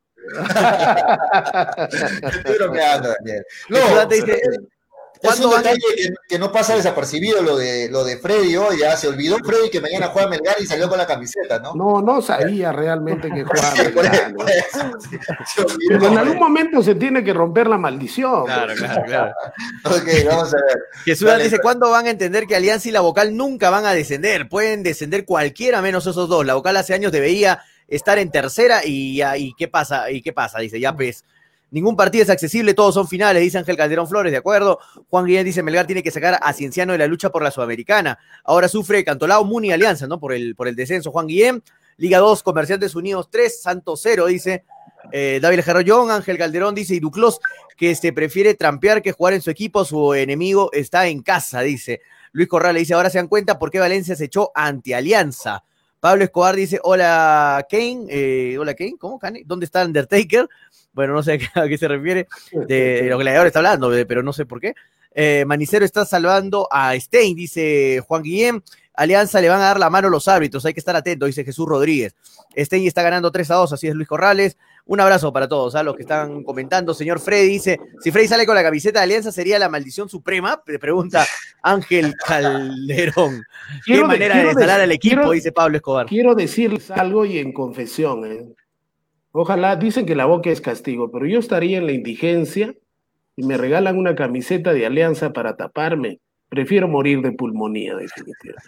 Estoy bromeando, Daniel. No, es un detalle que, que no pasa desapercibido lo de lo de Freddy hoy, ya se olvidó Freddy que mañana juega Melgar y salió con la camiseta, ¿no? No, no sabía realmente que jugaba Melgar, ¿no? Pero en algún momento se tiene que romper la maldición. Claro, claro, claro. Ok, vamos a ver. Jesús Dale, dice, ¿cuándo van a entender que Alianza y la Vocal nunca van a descender? Pueden descender cualquiera menos esos dos. La Vocal hace años debería estar en tercera y, y ¿qué pasa? ¿Y qué pasa? Dice, ya pues... Ningún partido es accesible, todos son finales, dice Ángel Calderón Flores, de acuerdo. Juan Guillén dice, Melgar tiene que sacar a Cienciano de la lucha por la Sudamericana. Ahora sufre Cantolao, Muni y Alianza, ¿no? Por el, por el descenso. Juan Guillén, Liga dos, Comerciantes Unidos tres, Santos cero, dice eh, David Jarrollón. Ángel Calderón dice, y Duclos, que se prefiere trampear que jugar en su equipo, su enemigo está en casa, dice. Luis Corral dice, ahora se dan cuenta por qué Valencia se echó ante Alianza. Pablo Escobar dice, hola Kane, eh, hola Kane, ¿cómo Kane? ¿Dónde está Undertaker? Bueno, no sé a qué, a qué se refiere, de los gladiadores está hablando, de, pero no sé por qué. Eh, Manicero está salvando a Stein, dice Juan Guillén. Alianza le van a dar la mano a los árbitros, hay que estar atentos, dice Jesús Rodríguez. Stein está ganando tres a dos, así es Luis Corrales. Un abrazo para todos, a los que están comentando. Señor Freddy dice, si Freddy sale con la camiseta de Alianza, ¿sería la maldición suprema? Pregunta Ángel Calderón. ¿Qué quiero manera de, de instalar al equipo? Quiero, dice Pablo Escobar. Quiero decirles algo y en confesión, ¿eh? Ojalá, dicen que la boca es castigo, pero yo estaría en la indigencia y me regalan una camiseta de Alianza para taparme. Prefiero morir de pulmonía, definitivamente.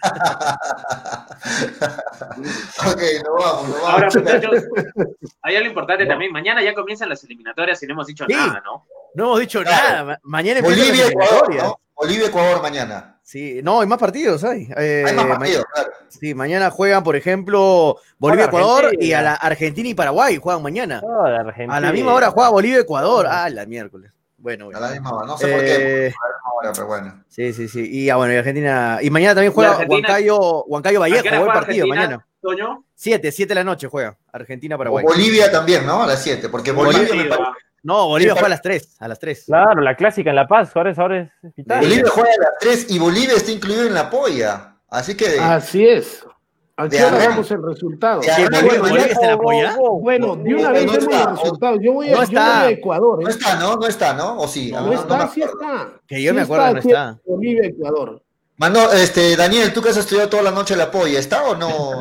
Ok, no vamos, no vamos. Ahora, muchachos, hay algo importante no. también. Mañana ya comienzan las eliminatorias y no hemos dicho sí. nada, ¿no? No hemos dicho claro. nada. Mañana empiezan las eliminatorias. ¿No? Bolivia, Ecuador mañana. Sí, no, hay más partidos, hay. Eh, hay más partidos, claro. Sí, mañana juegan, por ejemplo, Bolivia, Ecuador y a la Argentina y Paraguay juegan mañana. Oh, la a la misma hora juega Bolivia, Ecuador. Ah, la miércoles. Bueno, bueno. A la misma hora, no sé eh, por qué. A la misma hora, pero bueno. Sí, sí, sí. Y ah, bueno, y Argentina. Y mañana también juega Huancayo, Huancayo Vallejo, buen partido mañana. Toño. Siete, siete de la noche juega. Argentina, Paraguay. O Bolivia también, ¿no? A las siete, porque Bolivia, Bolivia me parece. No, Bolivia juega a las tres, a las tres. Claro, la clásica en La Paz, ahora es, ahora es Italia. Bolivia juega a las tres y Bolivia está incluido en la polla. Así que... Así es. Aquí ahora vemos el resultado. ¿Sí, Bolivia, Bolivia está en la polla? Bueno, de una vez vemos los resultados. Yo voy a, no yo voy a Ecuador. ¿eh? No está, ¿no? No está, ¿no? ¿O sí? No, no está, no sí está. Que yo sí me acuerdo, no está. Bolivia, Ecuador. Mano, este, Daniel, tú que has estudiado toda la noche la polla, ¿está o no?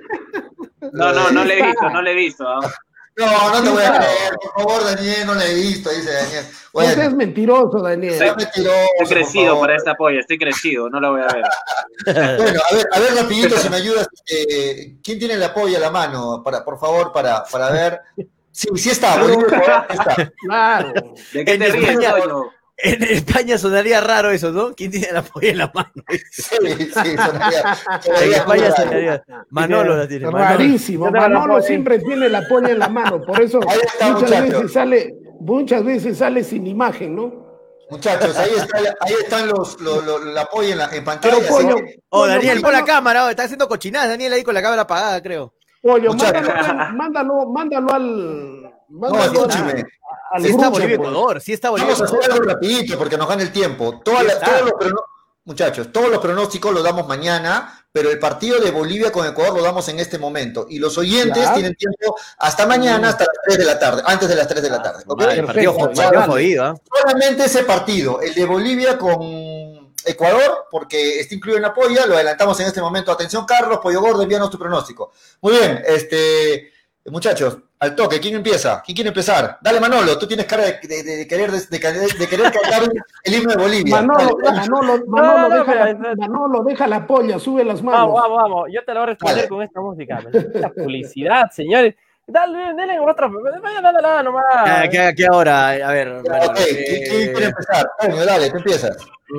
No, no, no le he visto, no le he visto. ¿no? No, no te voy a creer, por favor, Daniel, no le he visto, dice Daniel. Bueno, usted es mentiroso, Daniel. Estoy, mentiroso, estoy crecido para esta polla, estoy crecido, no la voy a ver. Bueno, a ver, a ver rapidito, si me ayudas, eh, ¿quién tiene la polla a la mano? Para, por favor, para, para ver. Sí, sí está, Bolivia, está. Claro. ¿De qué te ríes, Toño? En España sonaría raro eso, ¿no? ¿Quién tiene la polla en la mano? Sí, sí, sonaría. sonaría en España sonaría. Manolo la tiene. Rarísimo. Manolo, Manolo siempre tiene la polla en la mano, por eso está, muchas muchacho. veces sale, muchas veces sale sin imagen, ¿no? Muchachos, ahí, está, ahí están los, los, los la polla en, la, en pantalla. Pero, pollo, que... Oh, Daniel, pon la cámara, oh, está haciendo cochinadas, Daniel ahí con la cámara apagada, creo. Pollo, mándalo, mándalo, mándalo al. Mándalo no, escúchame. Al sí está Bolivia Ecuador, sí está Bolivia. Vamos a hacer algo rapidito porque nos gana el tiempo. Toda la, todos los prono... Muchachos, todos los pronósticos los damos mañana, pero el partido de Bolivia con Ecuador lo damos en este momento. Y los oyentes ¿Ya? tienen tiempo hasta mañana, hasta las tres de la tarde, antes de las tres de la tarde. ¿Okay? Vale, el partido, partido jodido, ¿eh? Solamente ese partido, el de Bolivia con Ecuador, porque está incluido en la polla, lo adelantamos en este momento. Atención, Carlos, Pollo Gordo, envíanos tu pronóstico. Muy bien, este... Muchachos, al toque, ¿quién empieza? ¿Quién quiere empezar? Dale, Manolo, tú tienes cara de, de, de querer, de, de, de querer cantar el himno de Bolivia. Manolo, Dale, Manolo, Manolo, No, no, deja mira, la, Manolo, deja la polla, sube las manos. Vamos, vamos, vamos. Yo te lo voy a responder Dale. con esta música. La publicidad, señores. Dale, dale otra. Vaya, dale, dale nomás. ¿A qué, a qué hora? A ver. Ya, Manolo, ok, ¿quién, eh, quién quiere empezar? Toño, dale, tú empiezas.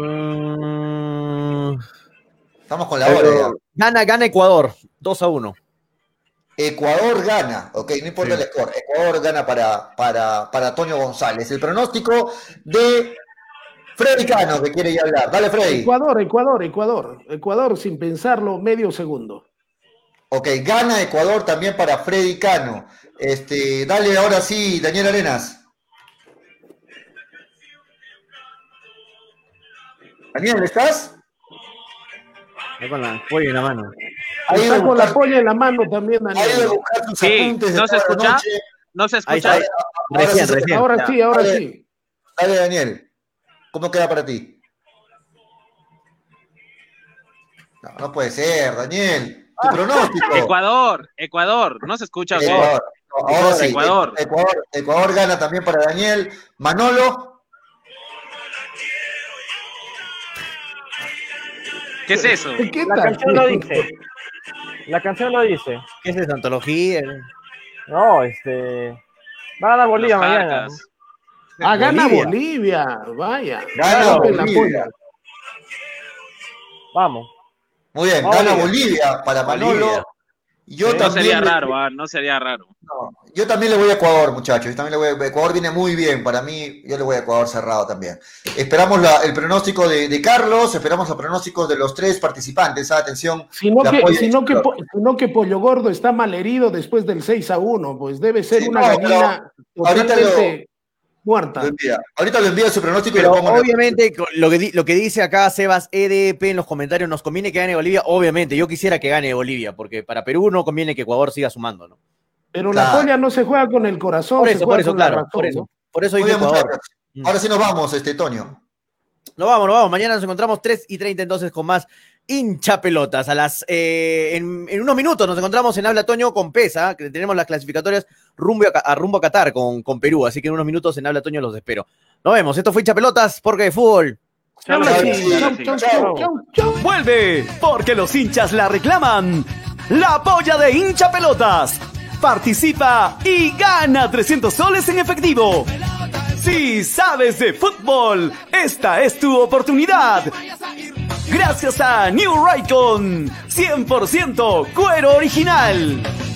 mm, Estamos con la hora ya. gana, gana Ecuador, dos a uno. Ecuador gana, ok, no importa Sí. el score. Ecuador gana para, para, para Toño González. El pronóstico de Freddy Cano, que quiere ya hablar. Dale, Freddy. Ecuador, Ecuador, Ecuador. Ecuador, sin pensarlo, medio segundo. Ok, gana Ecuador también para Freddy Cano. Este, dale ahora sí, Daniel Arenas. Daniel, ¿estás? Ahí con la pollo en la mano. Ahí Está de con la buscar- polla en la mano también, ahí de Daniel. buscar tus Sí, apuntes de ¿no se toda la escucha? noche. No se Ahí escucha. está. Ahora Recién, sí se- recién. Ahora sí, ahora Dale. sí. Dale, Daniel. ¿Cómo queda para ti? No, no puede ser, Daniel. Tu pronóstico. Ecuador, Ecuador, no se escucha bien. Ecuador. No, ahora sí. Ecuador. Ecuador. Ecuador gana también para Daniel. Manolo. ¿Qué es eso? ¿Qué La tal? canción lo dice. La canción lo dice. ¿Qué es esa antología? No, este. Va a ganar Bolivia Los mañana. Carcas. Ah, gana Bolivia. Bolivia, vaya. Gana Rompen la Bolivia. polla. Vamos. Muy bien, Vamos, gana Bolivia. Bolivia para Manolo. Bolivia. Yo Sí, No también sería le- raro, ah, no sería raro. no, yo también le voy a Ecuador, muchachos. Yo también le voy a- Ecuador viene muy bien. Para mí, yo le voy a Ecuador cerrado también. Esperamos la- el pronóstico de, de Carlos, esperamos los pronósticos de los tres participantes. Ah, atención. Sino la que, polla sino, que, de- Po- sino que Pollo Gordo está malherido después del seis a uno, pues debe ser Sí, una no, gallina pero ahorita totalmente Lo muerta. envía. Ahorita lo envía su pronóstico y Pero lo pongo en la- obviamente, con lo que, di- lo que dice acá Sebas E D P en los comentarios, nos conviene que gane Bolivia. Obviamente, yo quisiera que gane Bolivia, porque para Perú no conviene que Ecuador siga sumando, ¿no? Pero Claro. la polla no se juega con el corazón, Por se eso, juega por eso, con la claro. razón, Por eso, ¿no? por eso Muy dice bien, Ecuador. muchachos. Ahora sí nos vamos, este Toño. Nos vamos, nos vamos. Mañana nos encontramos tres y treinta entonces con más hincha pelotas. A las, eh, en, en unos minutos nos encontramos en Habla Toño con PESA, que tenemos las clasificatorias rumbo a, a rumbo a Qatar con, con Perú. Así que en unos minutos en Habla Toño los espero. Nos vemos. Esto fue hincha pelotas porque de fútbol. Chau, Ahora sí, sí, chau, sí. chau, Chau. chau, chau, chau. Vuelve, porque los hinchas la reclaman. La polla de hincha pelotas. Participa y gana trescientos soles en efectivo. Si sabes de fútbol, esta es tu oportunidad. Gracias a New Raycon, cien por ciento cuero original.